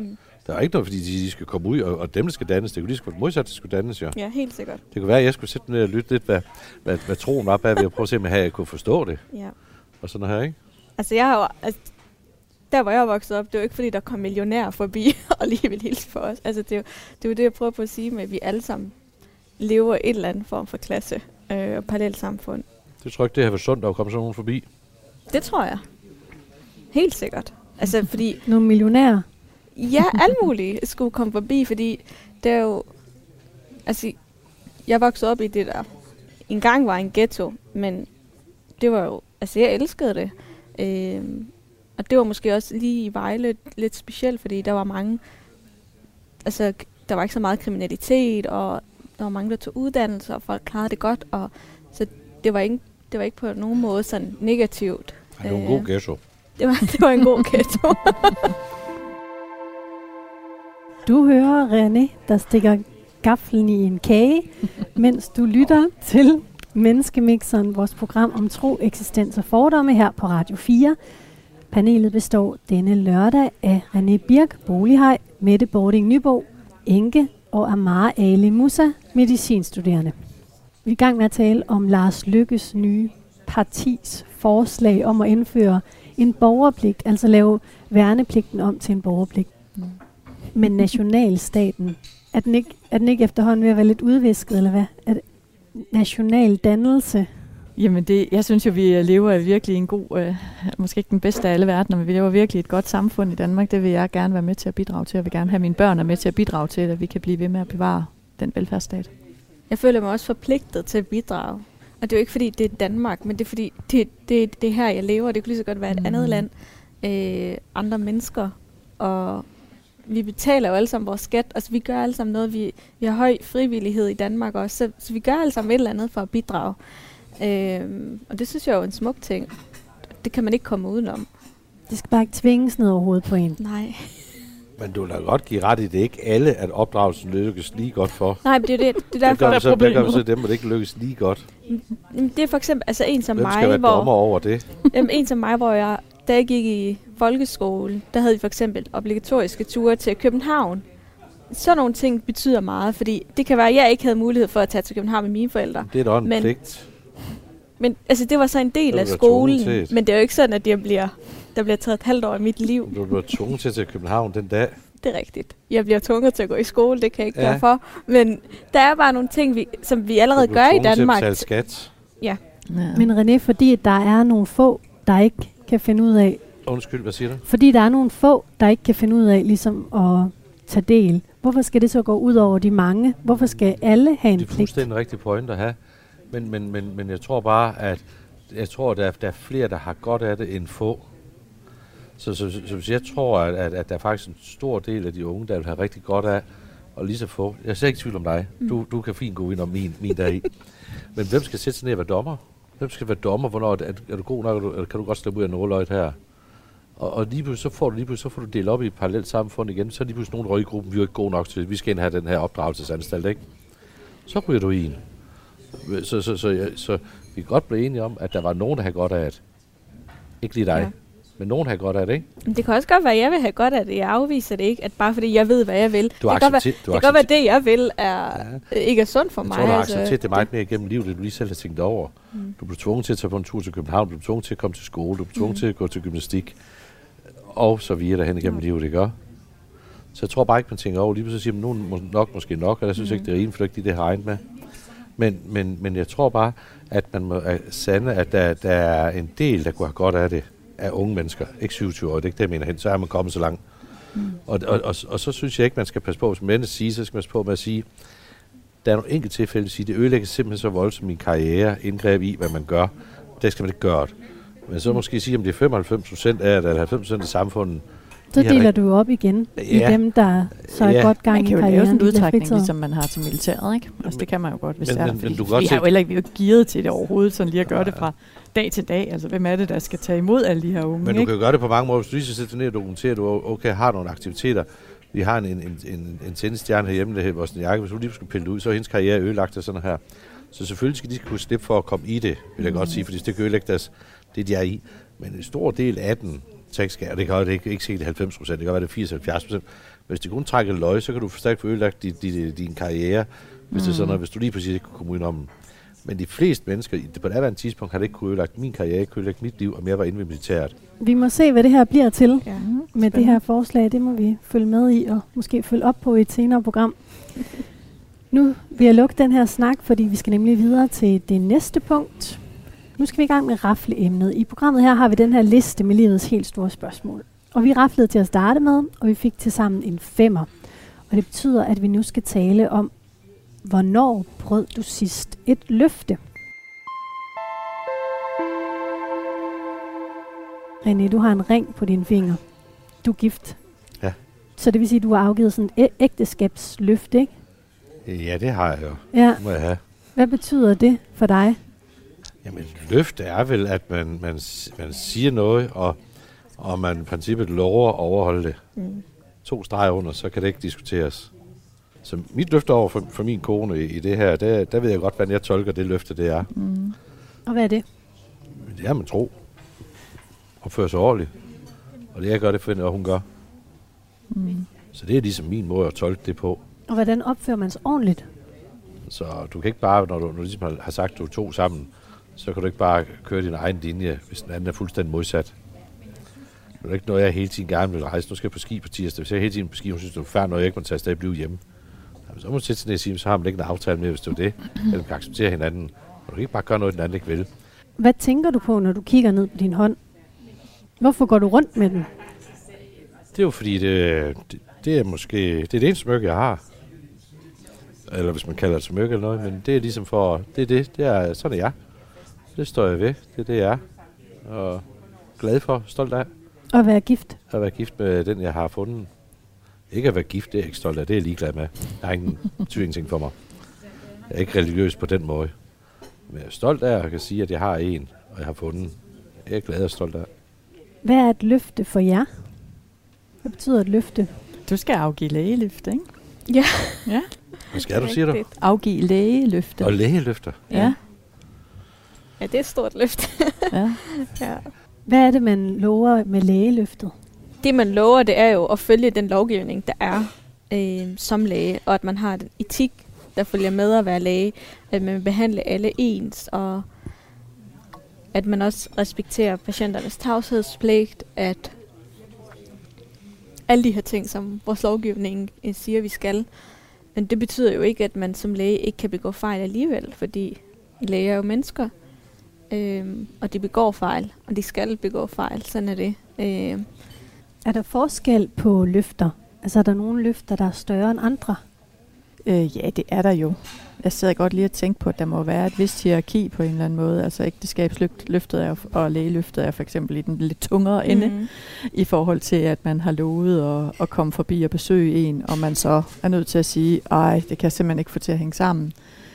Der er ikke noget, fordi de skal komme ud, og dem, der skal dannes. Det kunne lige så godt modsat, der skulle dannes, jo. Ja, helt sikkert. Det kunne være, at jeg skulle sætte ned og lytte lidt, hvad troen var bag ved at prøve at se, om jeg kunne forstå det. Ja. Og sådan her, ikke? Altså, der hvor jeg voksede op, det var ikke fordi, der kom millionærer forbi og lige ville hilse for os. Altså, det er jo det, jeg prøver på at sige med, at vi alle sammen lever i en eller anden form for klasse og parallelt samfund. Det tror jeg ikke, det har været sundt, at komme sådan nogen forbi. Det tror jeg. Helt sikkert. Altså, fordi... Nogle millionærer? Ja, alle mulige skulle komme forbi, fordi det er jo... Altså, jeg voksede op i det, der engang var en ghetto, men det var jo... Altså, jeg elskede det. Og det var måske også lige i Vejle lidt specielt, fordi der var mange... Altså, der var ikke så meget kriminalitet, og der var mange, der tog uddannelse, og folk klarede det godt, og så det var ikke på nogen måde sådan negativt. Det var en god ghetto. Det var en god ghetto. Du hører René, der stikker gaflen i en kage, mens du lytter til Menneskemixeren, vores program om tro, eksistens og fordomme her på Radio 4. Panelet består denne lørdag af René Birk, bolighaj, Mette Bording Nybo, Inge og Amara Ali Musa, medicinstuderende. Vi er i gang med at tale om Lars Løkkes nye partis forslag om at indføre en borgerpligt, altså lave værnepligten om til en borgerpligt. Men nationalstaten, er den ikke efterhånden ved at være lidt udvisket, eller hvad? Er det national dannelse? Jamen jeg synes jo, vi lever virkelig en god, måske ikke den bedste af alle verdener, men vi lever virkelig et godt samfund i Danmark. Det vil jeg gerne være med til at bidrage til, og vil gerne have mine børn med til at bidrage til, at vi kan blive ved med at bevare den velfærdsstat. Jeg føler mig også forpligtet til at bidrage. Og det er jo ikke fordi, det er Danmark, men det er fordi, det er her, jeg lever. Det kunne lige så godt være et andet land, andre mennesker. Og vi betaler jo alle sammen vores skat. Altså vi gør alle sammen noget. Vi har høj frivillighed i Danmark også. Så vi gør alle sammen et eller andet for at bidrage. Og det synes jeg er jo en smuk ting. Det kan man ikke komme udenom. Det skal bare ikke tvinges ned over hovedet på en. Nej. Men du vil da godt give ret i det, ikke alle, at opdragelsen lykkes lige godt for. Nej, men det er derfor, der er problemet. Der gør vi så dem, hvor det ikke lykkes lige godt. Det er for eksempel altså en som Hvem mig, skal være dommer over det? En som mig, hvor da jeg gik i folkeskole, der havde vi for eksempel obligatoriske ture til København. Sådan nogle ting betyder meget, fordi det kan være, at jeg ikke havde mulighed for at tage til København med mine forældre. Det er da en pligt. Men altså, det var så en del af skolen, men det er jo ikke sådan, at der bliver taget et halvt år af mit liv. Du bliver tvunget til København den dag. Det er rigtigt. Jeg bliver tvunget til at gå i skole, det kan jeg ikke gøre for. Men der er bare nogle ting, som vi allerede gør i Danmark. Du bliver tvunget til at betale skat. Ja. Men René, fordi der er nogle få, der ikke kan finde ud af... Undskyld, hvad siger du? Fordi der er nogle få, der ikke kan finde ud af ligesom at tage del. Hvorfor skal det så gå ud over de mange? Hvorfor skal alle have en pligt? Det er fuldstændig en rigtig point at have. Men jeg tror bare, at der er flere, der har godt af det end få. Så jeg tror, at der er faktisk en stor del af de unge, der vil have rigtig godt af at lige så få. Jeg er slet ikke i tvivl om dig. Du kan fint gå ind om min der i. Men hvem skal sætte sig ned og være dommer? Hvem skal være dommer? Hvornår er du god nok, eller kan du godt slippe ud af nåløjet her? Og lige pludselig så får du delt op i et parallelt samfund igen. Så lige pludselig nogen røg i gruppen, vi er ikke gode nok til, vi skal ind have den her opdragelsesanstalt, ikke? Så ryger du i en. Så vi kan godt blive enige om, at der var nogen, der havde godt af det. Ikke lige dig. Ja. Men nogen har godt af det, ikke? Det kan også godt være, at jeg vil have godt af det. Jeg afviser det ikke, at bare fordi jeg ved, hvad jeg vil. Det kan godt være, at det, jeg vil, ikke er sundt for mig. Jeg tror, du har accepteret det meget mere igennem livet, det du lige selv har tænkt over. Du blev tvunget til at tage på en tur til København, du blev tvunget til at komme til skole, du blev tvunget til at gå til gymnastik, og så videre derhen igennem livet, det gør. Så jeg tror bare ikke, man tænker over. Lige så siger man, nogen måske nok, og jeg synes ikke, det er rimeligt, for det har regnet med. Men jeg tror bare, at man må sande, at der er en del, der kunne have godt af det, af unge mennesker, ikke 27 år, det er ikke det, jeg mener hen, så er man kommet så langt. Og så synes jeg ikke, man skal passe på, som mænd siger, så skal man passe på med at sige, der er nogle enkelte tilfælde, at sige, det ødelægger simpelthen så voldsomt min karriere, indgreb i, hvad man gør. Det skal man ikke gøre. Men så måske sige, om det er 95% af det, eller 90% af samfundet. Så deler du op igen i dem, der så er godt gang i karrieren. Man kan jo lave sådan en udtrækning, ligesom man har til militæret, ikke? Altså det kan man jo godt, hvis det er. Vi har jo heller ikke gearet til det overhovedet, sådan lige at gøre det fra dag til dag. Altså hvem er det, der skal tage imod alle de her unge, men du kan gøre det på mange måder. Hvis du lige så sætter ned og dokumenterer, at du har nogle aktiviteter. Vi har en tennisstjerne herhjemme, der hedder Wozniacki. Hvis du lige skal pille ud, så er hendes karriere ødelagt og sådan her. Så selvfølgelig skal de kunne slippe for at komme i det, vil jeg godt sige, fordi det kan ødelægge det de er i. Men en stor del af den, og det kan jo ikke ske det 90%, det kan være det 80-70%. Men hvis de kun trækker løg, så kan du stærkt få ødelagt din karriere, hvis det er sådan noget, hvis du lige præcis ikke kunne komme udenom. Men de fleste mennesker, på det andet tidspunkt, har det ikke kunne ødelagt min karriere, ikke kunne ødelagt mit liv, om jeg var inde ved militæret. Vi må se, hvad det her bliver til med det her forslag. Det må vi følge med i, og måske følge op på i et senere program. Nu vil jeg lukke den her snak, fordi vi skal nemlig videre til det næste punkt. Nu skal vi i gang med rafleemnet. I programmet her har vi den her liste med livets helt store spørgsmål. Og vi raflede til at starte med, og vi fik tilsammen en 5'er. Og det betyder, at vi nu skal tale om, hvornår brød du sidst et løfte? René, du har en ring på dine fingre. Du er gift. Ja. Så det vil sige, at du har afgivet sådan et ægteskabsløfte, ikke? Ja, det har jeg jo. Ja. Det må jeg have. Hvad betyder det for dig? Jamen, løfte er vel, at man siger noget, og man i princippet lover at overholde det. 2 streger under, så kan det ikke diskuteres. Så mit løfte over for min kone i det her, der ved jeg godt, hvordan jeg tolker det løfte, det er. Og hvad er det? Det er man tro. Opfører sig ordentligt. Og det jeg gør, det finder hun gør. Så det er ligesom min måde at tolke det på. Og hvordan opfører man sig ordentligt? Så du kan ikke bare, når du ligesom har sagt, du er 2 sammen, så kan du ikke bare køre din egen linje, hvis den anden er fuldstændig modsat. Det er ikke noget, jeg hele tiden gerne vil rejse. Nu skal jeg på ski på tirsdag. Hvis jeg hele tiden på ski, hun synes, det er færdigt, når jeg ikke må tage afsted og blive hjemme. Jamen, så må du sætte sig ned og sige, så har man ikke en aftale med, hvis det er det. Eller man kan acceptere hinanden. Og du kan ikke bare gøre noget, den anden ikke vil. Hvad tænker du på, når du kigger ned på din hånd? Hvorfor går du rundt med den? Det er jo fordi, det er måske det eneste smykke, jeg har. Eller hvis man kalder det smykke eller noget. Men det er ligesom for, det er sådan er jeg. Det står jeg ved. Det er det, jeg er. Og glad for, stolt af. At være gift? At være gift med den, jeg har fundet. Ikke at være gift, det er jeg ikke stolt af. Det er jeg ligeglad med. Jeg har ingen ingenting for mig. Jeg er ikke religiøs på den måde. Men jeg er stolt af at kan sige, at jeg har en, og jeg har fundet. Jeg er glad og stolt af. Hvad er et løfte for jer? Hvad betyder et løfte? Du skal afgive lægeløfte, ikke? Ja. Ja. Hvad skal du, siger du? Afgive lægeløfte. Og lægeløfter? Ja. Ja, det er et stort løfte. Ja. Ja. Hvad er det, man lover med lægeløftet? Det, man lover, det er jo at følge den lovgivning, der er som læge, og at man har den etik, der følger med at være læge, at man vil behandle alle ens, og at man også respekterer patienternes tavshedspligt, at alle de her ting, som vores lovgivning siger, vi skal. Men det betyder jo ikke, at man som læge ikke kan begå fejl alligevel, fordi læger er jo mennesker, og de begår fejl, og de skal begå fejl. Sådan er det. Er der forskel på løfter? Altså er der nogle løfter, der er større end andre? Ja, det er der jo. Jeg sidder godt lige og tænker på, at der må være et vist hierarki på en eller anden måde. Altså ægteskabsløftet og lægeløftet er for eksempel i den lidt tungere ende, i forhold til, at man har lovet at komme forbi og besøge en, og man så er nødt til at sige, ej, det kan jeg simpelthen ikke få til at hænge sammen.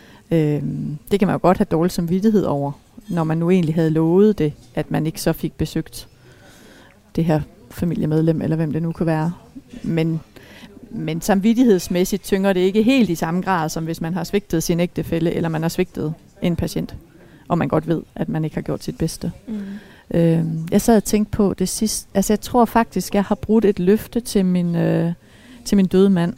Det kan man jo godt have dårlig samvittighed over, når man nu egentlig havde lovet det, at man ikke så fik besøgt det her familiemedlem, eller hvem det nu kan være. Men samvittighedsmæssigt tynger det ikke helt i samme grad, som hvis man har svigtet sin ægtefælle, eller man har svigtet en patient, og man godt ved, at man ikke har gjort sit bedste. Jeg sad og tænkte på det sidste. Altså jeg tror faktisk, jeg har brudt et løfte til min døde mand.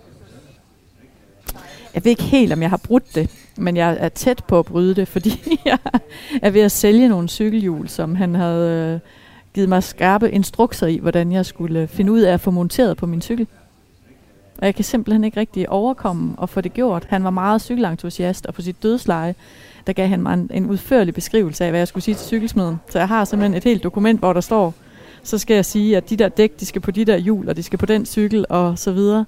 Jeg ved ikke helt, om jeg har brudt det, men jeg er tæt på at bryde det, fordi jeg er ved at sælge nogle cykelhjul, som han havde givet mig skarpe instrukser i, hvordan jeg skulle finde ud af at få monteret på min cykel. Og jeg kan simpelthen ikke rigtig overkomme og få det gjort. Han var meget cykelentusiast, og på sit dødsleje, der gav han mig en udførlig beskrivelse af, hvad jeg skulle sige til cykelsmeden. Så jeg har simpelthen et helt dokument, hvor der står, så skal jeg sige, at de der dæk, de skal på de der hjul, og de skal på den cykel, og så videre.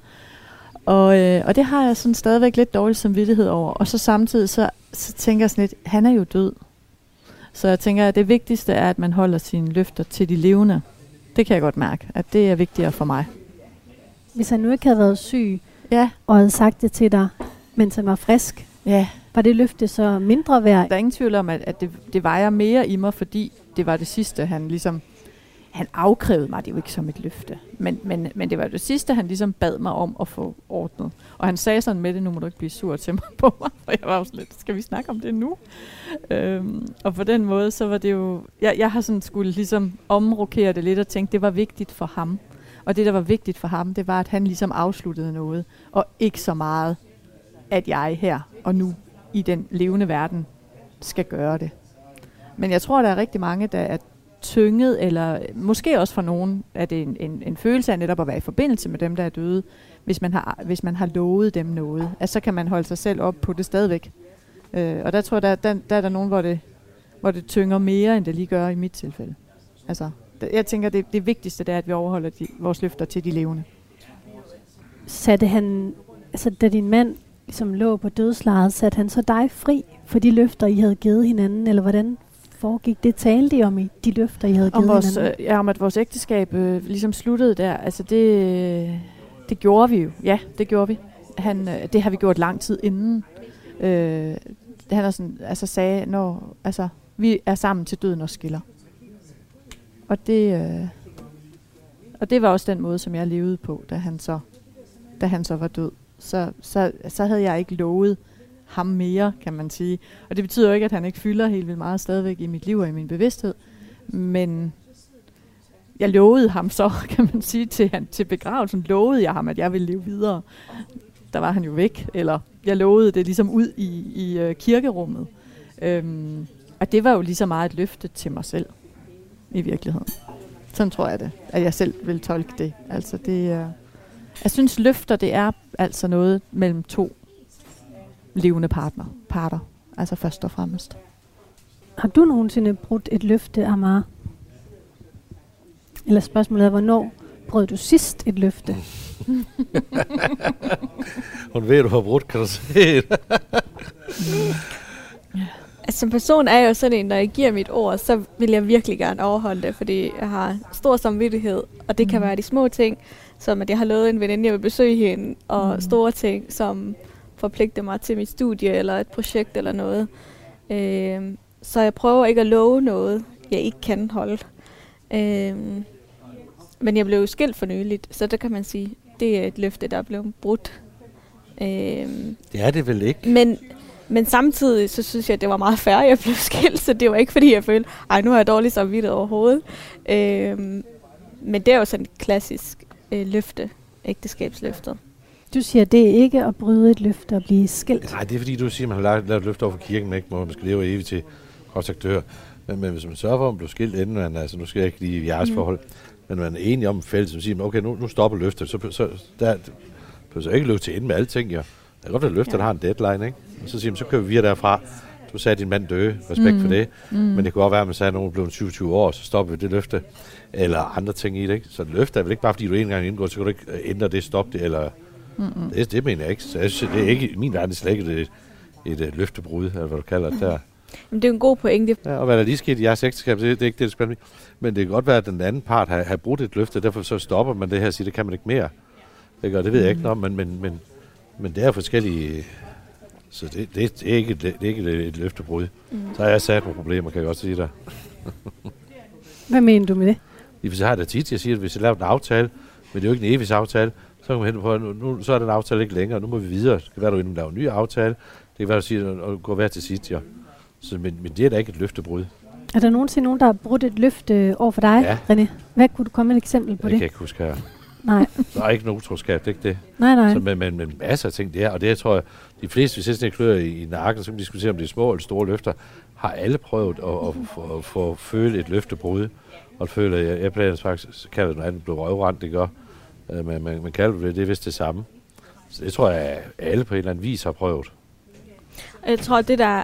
Og det har jeg sådan stadigvæk lidt dårlig samvittighed over. Og så samtidig, så tænker jeg sådan lidt, han er jo død. Så jeg tænker, at det vigtigste er, at man holder sine løfter til de levende. Det kan jeg godt mærke, at det er vigtigere for mig. Hvis han nu ikke havde været syg, og havde sagt det til dig, mens han var frisk, var det løfte så mindre værd? Der er ingen tvivl om, at det vejer mere i mig, fordi det var det sidste, han ligesom... han afkrævede mig det jo ikke som et løfte. Men det var det sidste, han ligesom bad mig om at få ordnet. Og han sagde sådan med det, nu må du ikke blive sur til mig på mig. Og jeg var jo sådan lidt, skal vi snakke om det nu? Og på den måde, så var det jo... Jeg har sådan skulle ligesom omrokere det lidt og tænke, det var vigtigt for ham. Og det, der var vigtigt for ham, det var, at han ligesom afsluttede noget. Og ikke så meget, at jeg her og nu i den levende verden skal gøre det. Men jeg tror, der er rigtig mange, der er tynget, eller måske også for nogen, at det er en følelse af netop at være i forbindelse med dem, der er døde, hvis man har lovet dem noget. Altså, så kan man holde sig selv op på det stadigvæk. Og der tror jeg, der er der nogen, hvor det tynger mere, end det lige gør i mit tilfælde. Altså, jeg tænker, det vigtigste det er, at vi overholder vores løfter til de levende. Satte han, altså da din mand som lå på dødslejet, satte han så dig fri for de løfter, I havde givet hinanden, eller hvordan foregik det? Talte I om i de løfter, I havde givet hinanden? Om at vores ægteskab ligesom sluttede der. Altså det gjorde vi jo. Ja, det gjorde vi. Det har vi gjort lang tid inden. Han er sådan, altså sagde, når altså vi er sammen til døden og skiller. Og det var også den måde, som jeg levede på, da han så var død. Så havde jeg ikke lovet ham mere, kan man sige. Og det betyder jo ikke, at han ikke fylder helt vildt meget stadigvæk i mit liv og i min bevidsthed. Men jeg lovede ham så, kan man sige, til begravelsen, lovede jeg ham, at jeg ville leve videre. Der var han jo væk, eller jeg lovede det ligesom ud i kirkerummet. Og det var jo lige så meget et løfte til mig selv, i virkeligheden. Sådan tror jeg det, at jeg selv vil tolke det. Altså jeg synes, løfter, det er altså noget mellem to levende parter. Altså først og fremmest. Har du nogensinde brudt et løfte, Amar? Eller spørgsmålet er, hvornår brød du sidst et løfte? Hun ved, du har brudt, kan du se. Altså, som person er jeg jo sådan en, når jeg giver mit ord, så vil jeg virkelig gerne overholde det, fordi jeg har stor samvittighed, og det kan være de små ting, som at jeg har lovet en veninde, jeg vil besøge hende, og store ting, som forpligter mig til mit studie, eller et projekt, eller noget. Så jeg prøver ikke at love noget, jeg ikke kan holde. Men jeg blev jo skilt for nyligt, så der kan man sige, det er et løfte, der er blevet brudt. Det er det vel ikke? Men samtidig, så synes jeg, at det var meget fair, at jeg blev skilt, så det var ikke, fordi jeg følte, nu har jeg dårligt samvittighed overhovedet. Men det er jo sådan et klassisk løfte, ægteskabsløftet. Du siger, det er ikke at bryde et løfte og blive skilt. Nej, det er fordi, du siger, at man har lavet et løfte over for kirken, man ikke må, man skal leve evigt til kontaktør. Men hvis man sørger for, at man bliver skilt, inden man, altså nu skal jeg ikke lige i jeres forhold, men man er enige om fælles, som siger, okay, nu stopper løftet, så der så ikke løbe til ende med alting, jo. Det er godt, at løftet har en deadline, ikke? Og så siger man, så kører vi videre derfra. Du sagde, at din mand døde. Respekt for det. Men det kunne også være, at man sagde, at nogen blev 27 år, så stopper vi det løfte. Eller andre ting i det, ikke? Så et løfte er vel ikke bare, fordi du en gang indgår, så kan du ikke ændre det, stoppe det, eller... Det mener jeg ikke. Så jeg synes, det er ikke, i min verden slet ikke et løftebrud, eller hvad du kalder det der. Men det er en god pointe. Ja, og hvad der lige skete i jeres ægteskab, det er ikke det spændende. Men det kan godt være, at den anden part har brudt et løfte, derfor så stopper man det her og siger, det kan man ikke mere. Det ved jeg ikke noget, men det er forskellige... Så det er ikke et løftebrud. Så har jeg sat nogle problemer, kan jeg godt sige dig. Hvad mener du med det? Hvis jeg har det tit, jeg siger, at hvis jeg laver en aftale, men det er jo ikke en evig aftale, så kan man hente på, at nu så er den aftale ikke længere, nu må vi videre. Det kan være, at du laver en ny aftale. Det kan være, at du siger, at gå hver til sidst, ja. Så, men det er da ikke et løftebrud. Er der nogensinde nogen, der har brudt et løfte over for dig, ja. René? Hvad kunne du komme med et eksempel på det? Det kan jeg ikke huske her. Nej. Der er ikke nogen utroskab, det er ikke det. Nej. Så, men masser af ting, det er. Og det jeg tror jeg, de fleste, hvis jeg klør i nakken, så kan vi diskutere, om det er små eller store løfter, har alle prøvet at få føle et løftebrud. Og føle, jeg plejer faktisk kalder det noget andet, blev røvrendt, det gør. Man kalder det er vist det samme. Så det tror jeg, at alle på en eller anden vis har prøvet. Jeg tror, det der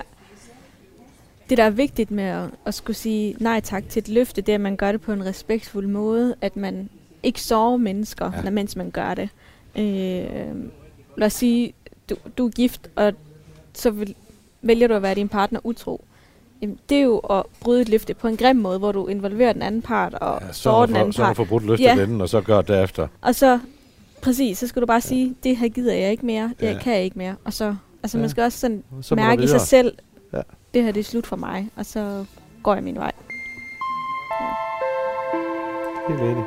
er vigtigt med at skulle sige nej tak til et løfte, det er, at man gør det på en respektfuld måde, at man ikke sårer mennesker, mens man gør det. Lad os sige, du er gift, og så vælger du at være din partner utro. Jamen, det er jo at bryde et løfte på en grim måde, hvor du involverer den anden part og sårer den anden part. Så har du brudt løftet den, og så gør det derefter. Og så, præcis, så skal du bare sige, det her gider jeg ikke mere, det her kan jeg ikke mere. Og så, altså man skal også sådan mærke i sig selv, det her det er slut for mig, og så går jeg min vej. Helt enig.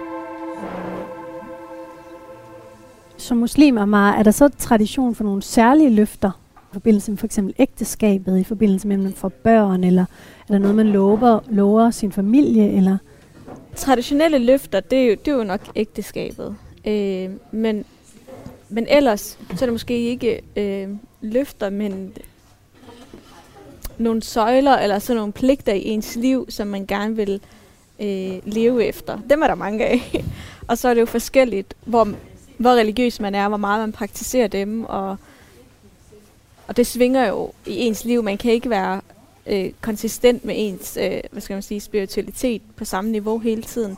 Som muslim, Amar, er der så tradition for nogle særlige løfter i forbindelse med for eksempel ægteskabet, i forbindelse med, at man får børn, eller er der noget, man lover sin familie, eller? Traditionelle løfter, det er jo nok ægteskabet. Men ellers, så er det måske ikke løfter, men nogle søjler, eller sådan nogle pligter i ens liv, som man gerne vil leve efter. Dem er der mange af. Og så er det jo forskelligt, hvor religiøs man er, hvor meget man praktiserer dem, og det svinger jo i ens liv. Man kan ikke være konsistent med ens spiritualitet på samme niveau hele tiden.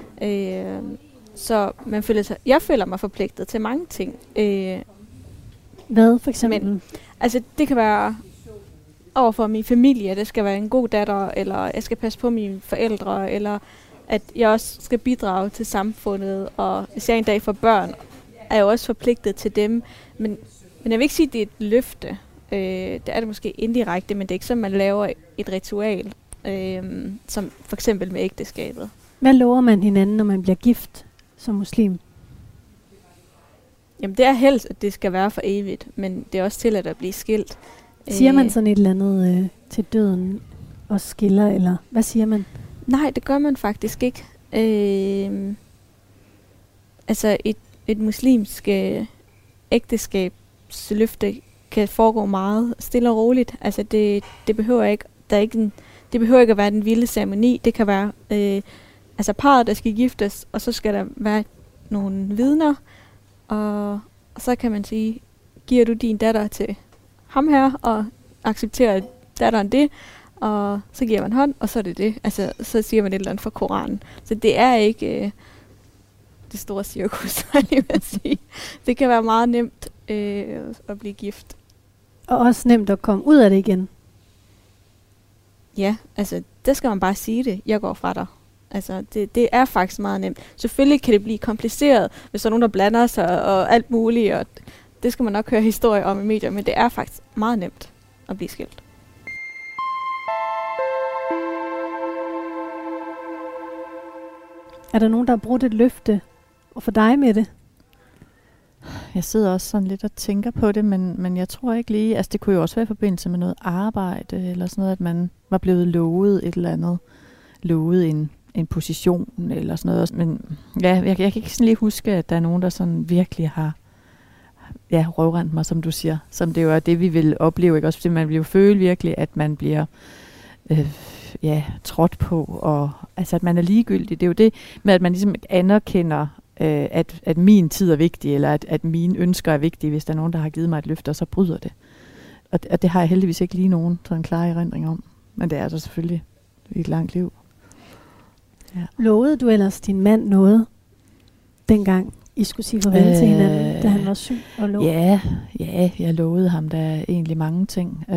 Så jeg føler mig forpligtet til mange ting. Hvad for eksempel? Men, altså, det kan være overfor min familie, det skal være en god datter, eller jeg skal passe på mine forældre, eller at jeg også skal bidrage til samfundet, og hvis jeg en dag får børn, er jeg også forpligtet til dem. Men jeg vil ikke sige, at det er et løfte. Det er det måske indirekte, men det er ikke sådan, man laver et ritual, som for eksempel med ægteskabet. Hvad lover man hinanden, når man bliver gift som muslim? Jamen, det er helst, at det skal være for evigt, men det er også til at blive skilt. Siger man sådan et eller andet til døden og skiller, eller hvad siger man? Nej, det gør man faktisk ikke. Altså et muslimsk ægteskabsløfte kan foregå meget stille og roligt. Altså det behøver ikke, det behøver ikke at være den vilde ceremoni. Det kan være parret, der skal giftes, og så skal der være nogle vidner, og så kan man sige, giver du din datter til ham her, og accepterer datteren det, og så giver man hånd, og så er det det. Altså, så siger man et eller andet fra Koranen. Så det er ikke det store cirkus, jeg vil sige. Det kan være meget nemt at blive gift. Og også nemt at komme ud af det igen. Ja, altså, der skal man bare sige det. Jeg går fra dig. Altså, det er faktisk meget nemt. Selvfølgelig kan det blive kompliceret, hvis der er nogen, der blander sig og alt muligt, og det skal man nok høre historier om i medier, men det er faktisk meget nemt at blive skilt. Er der nogen, der har brugt et løfte og for dig med det? Jeg sidder også sådan lidt og tænker på det, men jeg tror ikke lige, altså det kunne jo også være i forbindelse med noget arbejde, eller sådan noget, at man var blevet lovet et eller andet, lovet en position, eller sådan noget. Men ja, jeg kan ikke sådan lige huske, at der er nogen, der sådan virkelig har røvrendt mig, som du siger, som det jo er det, vi vil opleve, ikke også? Fordi man vil jo føle virkelig, at man bliver trådt på, og altså at man er ligegyldig. Det er jo det med, at man ligesom anerkender, at min tid er vigtig, eller at mine ønsker er vigtige, hvis der er nogen, der har givet mig et løfte, og så bryder det. Og det har jeg heldigvis ikke lige nogen sådan klare erindring om. Men det er der selvfølgelig i et langt liv. Ja. Lovede du ellers din mand noget, dengang I skulle sige farvel til hinanden, da han var syg og lå? Ja, jeg lovede ham da egentlig mange ting.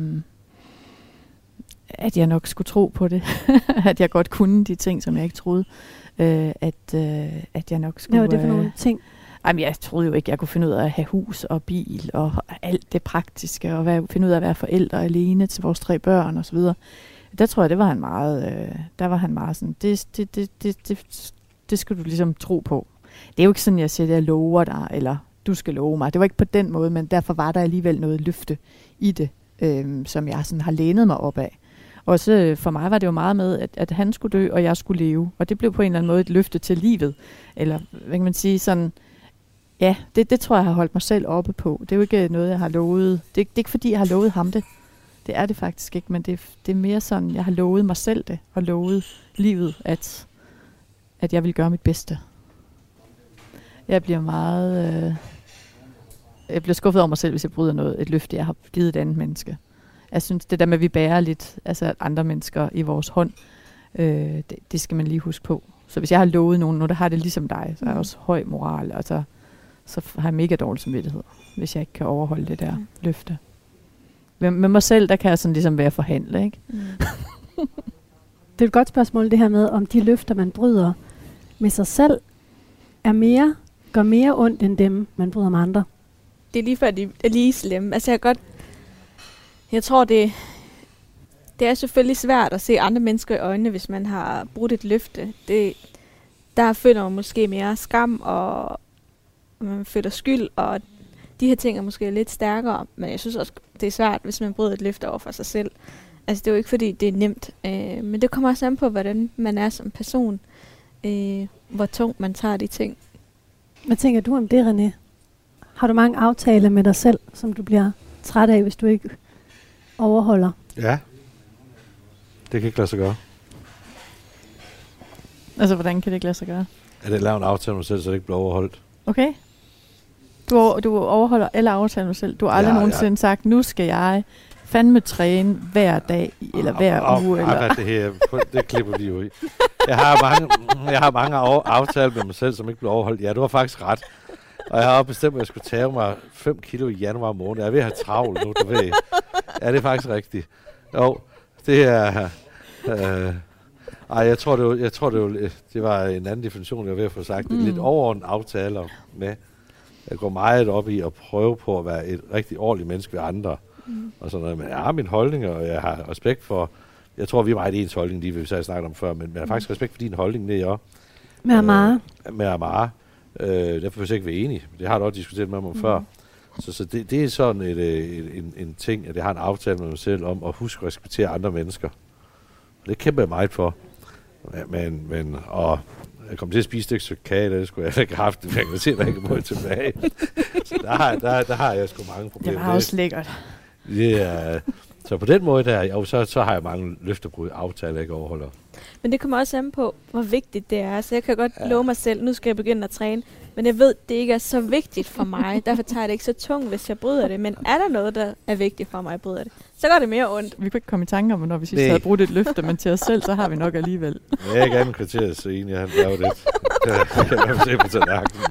At jeg nok skulle tro på det. At jeg godt kunne de ting, som jeg ikke troede. At jeg nok skulle... Hvad var det for nogle ting? Jamen, jeg troede jo ikke, jeg kunne finde ud af at have hus og bil og alt det praktiske, og finde ud af at være forældre alene til vores 3 børn og så videre. Der tror jeg, det var han meget... der var han meget sådan, det skal du ligesom tro på. Det er jo ikke sådan, jeg siger, at jeg lover dig, eller du skal love mig. Det var ikke på den måde, men derfor var der alligevel noget løfte i det, som jeg sådan har lænet mig op af. Og så for mig var det jo meget med, at han skulle dø, og jeg skulle leve. Og det blev på en eller anden måde et løfte til livet. Eller, hvad kan man sige, sådan... Ja, det tror jeg har holdt mig selv oppe på. Det er jo ikke noget, jeg har lovet. Det er ikke fordi, jeg har lovet ham det. Det er det faktisk ikke, men det er mere sådan, jeg har lovet mig selv det, og lovet livet, at jeg vil gøre mit bedste. Jeg bliver meget... jeg bliver skuffet over mig selv, hvis jeg bryder et løfte, jeg har givet et andet menneske. Jeg synes, det der med, at vi bærer lidt andre mennesker i vores hånd, det skal man lige huske på. Så hvis jeg har lovet nogen, der har det ligesom dig, så er jeg også høj moral, og så har jeg mega dårlig samvittighed, hvis jeg ikke kan overholde det der løfte. Med mig selv, der kan jeg sådan ligesom være forhandle, ikke? Mm. Det er et godt spørgsmål, det her med, om de løfter, man bryder med sig selv, gør mere ondt end dem, man bryder med andre. Det er lige før, de er lige slemme. Altså jeg tror, det er selvfølgelig svært at se andre mennesker i øjnene, hvis man har brudt et løfte. Det der føler man måske mere skam, og man føler skyld, og de her ting er måske lidt stærkere, men jeg synes også, det er svært, hvis man bryder et løfte over for sig selv. Altså, det er jo ikke, fordi det er nemt, men det kommer også an på, hvordan man er som person, hvor tungt man tager de ting. Hvad tænker du om det, René? Har du mange aftaler med dig selv, som du bliver træt af, hvis du ikke overholder? Ja. Det kan ikke lade sig gøre. Altså, hvordan kan det ikke lade sig gøre? At jeg laver en aftale med mig selv, så det ikke bliver overholdt. Okay. Du overholder alle aftaler med dig selv. Du har aldrig nogensinde sagt, nu skal jeg fandme træne hver dag, eller hver uge. Eller? Det her, det klipper vi jo i. Jeg har mange aftaler med mig selv, som ikke bliver overholdt. Ja, du har faktisk ret. Og jeg har bestemt, at jeg skulle tage mig 5 kilo i januar måned. Jeg er ved at have travlt nu, du ved. Ja, det er faktisk rigtigt. Jo, det er... jeg tror det var en anden definition, jeg var ved at få sagt. Det er lidt overordnet aftaler med. Jeg går meget op i at prøve på at være et rigtig ordentligt menneske ved andre. Og sådan noget. Men jeg har mine holdninger, og jeg har respekt for... Jeg tror, vi er meget ens holdning, lige vi har snakket om før, men jeg har faktisk respekt for din holdning, det er jeg. Med Amara? Med Amara. Derfor vil jeg ikke være enig. Det har du også diskuteret med mig før. Så det er sådan en ting, at jeg har en aftale med mig selv om at huske at respektere andre mennesker. Det kæmper jeg meget for. Men jeg kom til at spise et stykke stykke kage, det skulle jeg ikke have haft. Jeg kan se, at jeg ikke må tilbage. Der har jeg sgu mange problemer. Det var også lækkert. Yeah. Så på den måde der, så har jeg mange løftebrud aftaler, jeg ikke overholder. Men det kommer også an på, hvor vigtigt det er. Så jeg kan godt love mig selv, nu skal jeg begynde at træne. Men jeg ved, det ikke er så vigtigt for mig. Derfor tager jeg det ikke så tungt, hvis jeg bryder det. Men er der noget, der er vigtigt for mig at bryde det, så går det mere ondt. Vi kunne ikke komme i tanke om, når vi sidst havde brugt et løfte, men til os selv, så har vi nok alligevel. Jeg er ikke anden kvarter så enig, han lavede det. Det kan jeg se på tallerkenen.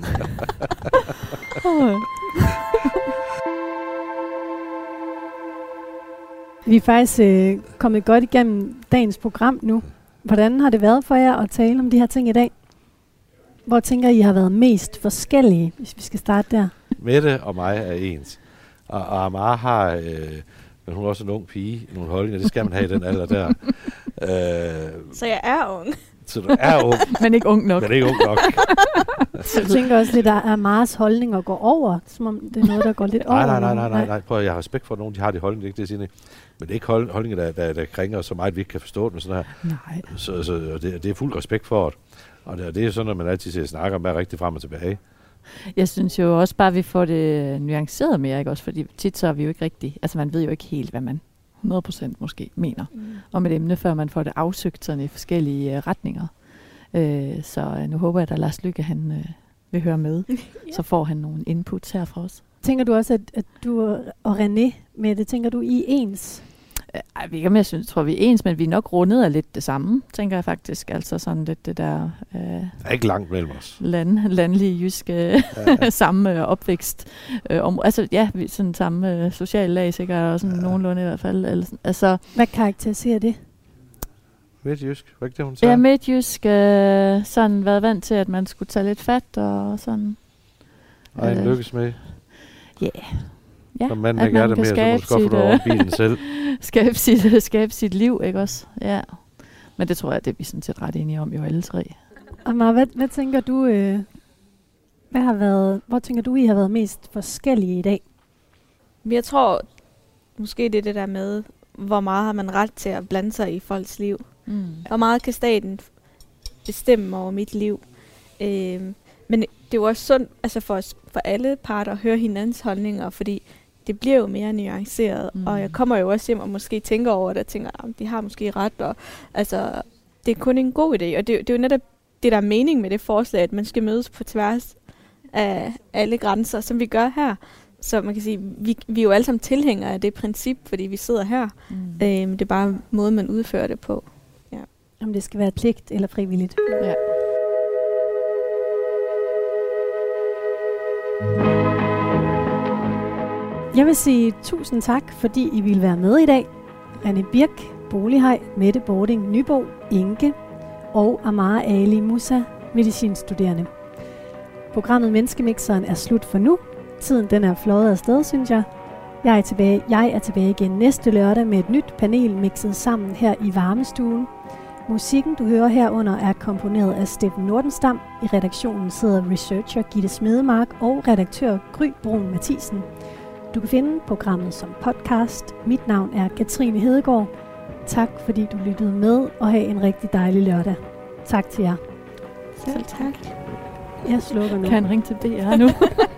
Vi er faktisk kommet godt igennem dagens program nu. Hvordan har det været for jer at tale om de her ting i dag? Hvor tænker I har været mest forskellige, hvis vi skal starte der? Mette og mig er ens. Og Amara har, men hun er også en ung pige, nogle holdninger. Det skal man have i den alder der. Så jeg er ung. Så du er ung. Men ikke ung nok. Så jeg tænker også lidt, at Amaras holdninger går over, som om det er noget, der går lidt over. Nej. Prøv, jeg har respekt for, at nogen de har de holdninger, det er ikke det, jeg siger. Men det er ikke holdninger, der kringer så meget, vi ikke kan forstå dem. Sådan her. Nej. Så det er fuld respekt for det. Og det er sådan, at man altid snakker om, hvad er rigtig frem og tilbage. Jeg synes jo også bare, at vi får det nuanceret mere, ikke også? Fordi tit så er vi jo ikke rigtig... Altså, man ved jo ikke helt, hvad man 100% måske mener om et emne, før man får det afsøgt sådan i forskellige retninger. Så nu håber jeg, at Lars Lykke, han vil høre med. Så får han nogle inputs her fra os. Tænker du også, at du og René med det, tænker du I ens? Jeg ved ikke, om jeg tror, vi er ens, men vi er nok rundet af lidt det samme, tænker jeg faktisk. Altså sådan lidt det der... der er ikke langt mellem os. Landlige, jyske, samme opvækst. Altså ja, vi sådan samme sociale lag, sikkert, og sådan nogenlunde i hvert fald. Altså, hvad karakteriserer det? Midtjysk, var ikke det, hun sagde? Ja, midtjysk, sådan været vant til, at man skulle tage lidt fat, og sådan... Og en lykkes med. Ja. Ja, som manden ikke er det mere, så må du skaffe dig over bilen selv. skabe sit liv, ikke også? Ja. Men det tror jeg, det er vi sådan set ret enige om, jo alle tre. Amara, hvad tænker du, hvor tænker du, I har været mest forskellige i dag? Jeg tror, måske det er det der med, hvor meget har man ret til at blande sig i folks liv. Hvor meget kan staten bestemme over mit liv. Men det er jo også sundt altså for alle parter at høre hinandens holdninger, fordi det bliver jo mere nuanceret. Og jeg kommer jo også hjem og måske tænker over det, og tænker, de har måske ret. Og, altså, det er kun en god idé, og det er jo netop det, der er mening med det forslag, at man skal mødes på tværs af alle grænser, som vi gør her. Så man kan sige, vi er jo alle sammen tilhængere af det princip, fordi vi sidder her. Det er bare måden, man udfører det på. Ja. Om det skal være pligt eller frivilligt. Ja. Jeg vil sige tusind tak, fordi I ville være med i dag. Anne Birk, Bolighaj, Mette Bording, Nybo, Inge og Amara Ali Musa, medicinstuderende. Programmet Menneskemixeren er slut for nu. Tiden den er fløjet afsted, synes jeg. Jeg er tilbage igen næste lørdag med et nyt panel mixet sammen her i varmestuen. Musikken, du hører herunder, er komponeret af Steffen Nordenstam. I redaktionen sidder researcher Gitte Smedemark og redaktør Gry Brun Mathisen. Du kan finde programmet som podcast. Mit navn er Katrine Hedegaard. Tak fordi du lyttede med, og have en rigtig dejlig lørdag. Tak til jer. Selv tak. Jeg slukker nu. Kan han ringe til DR nu?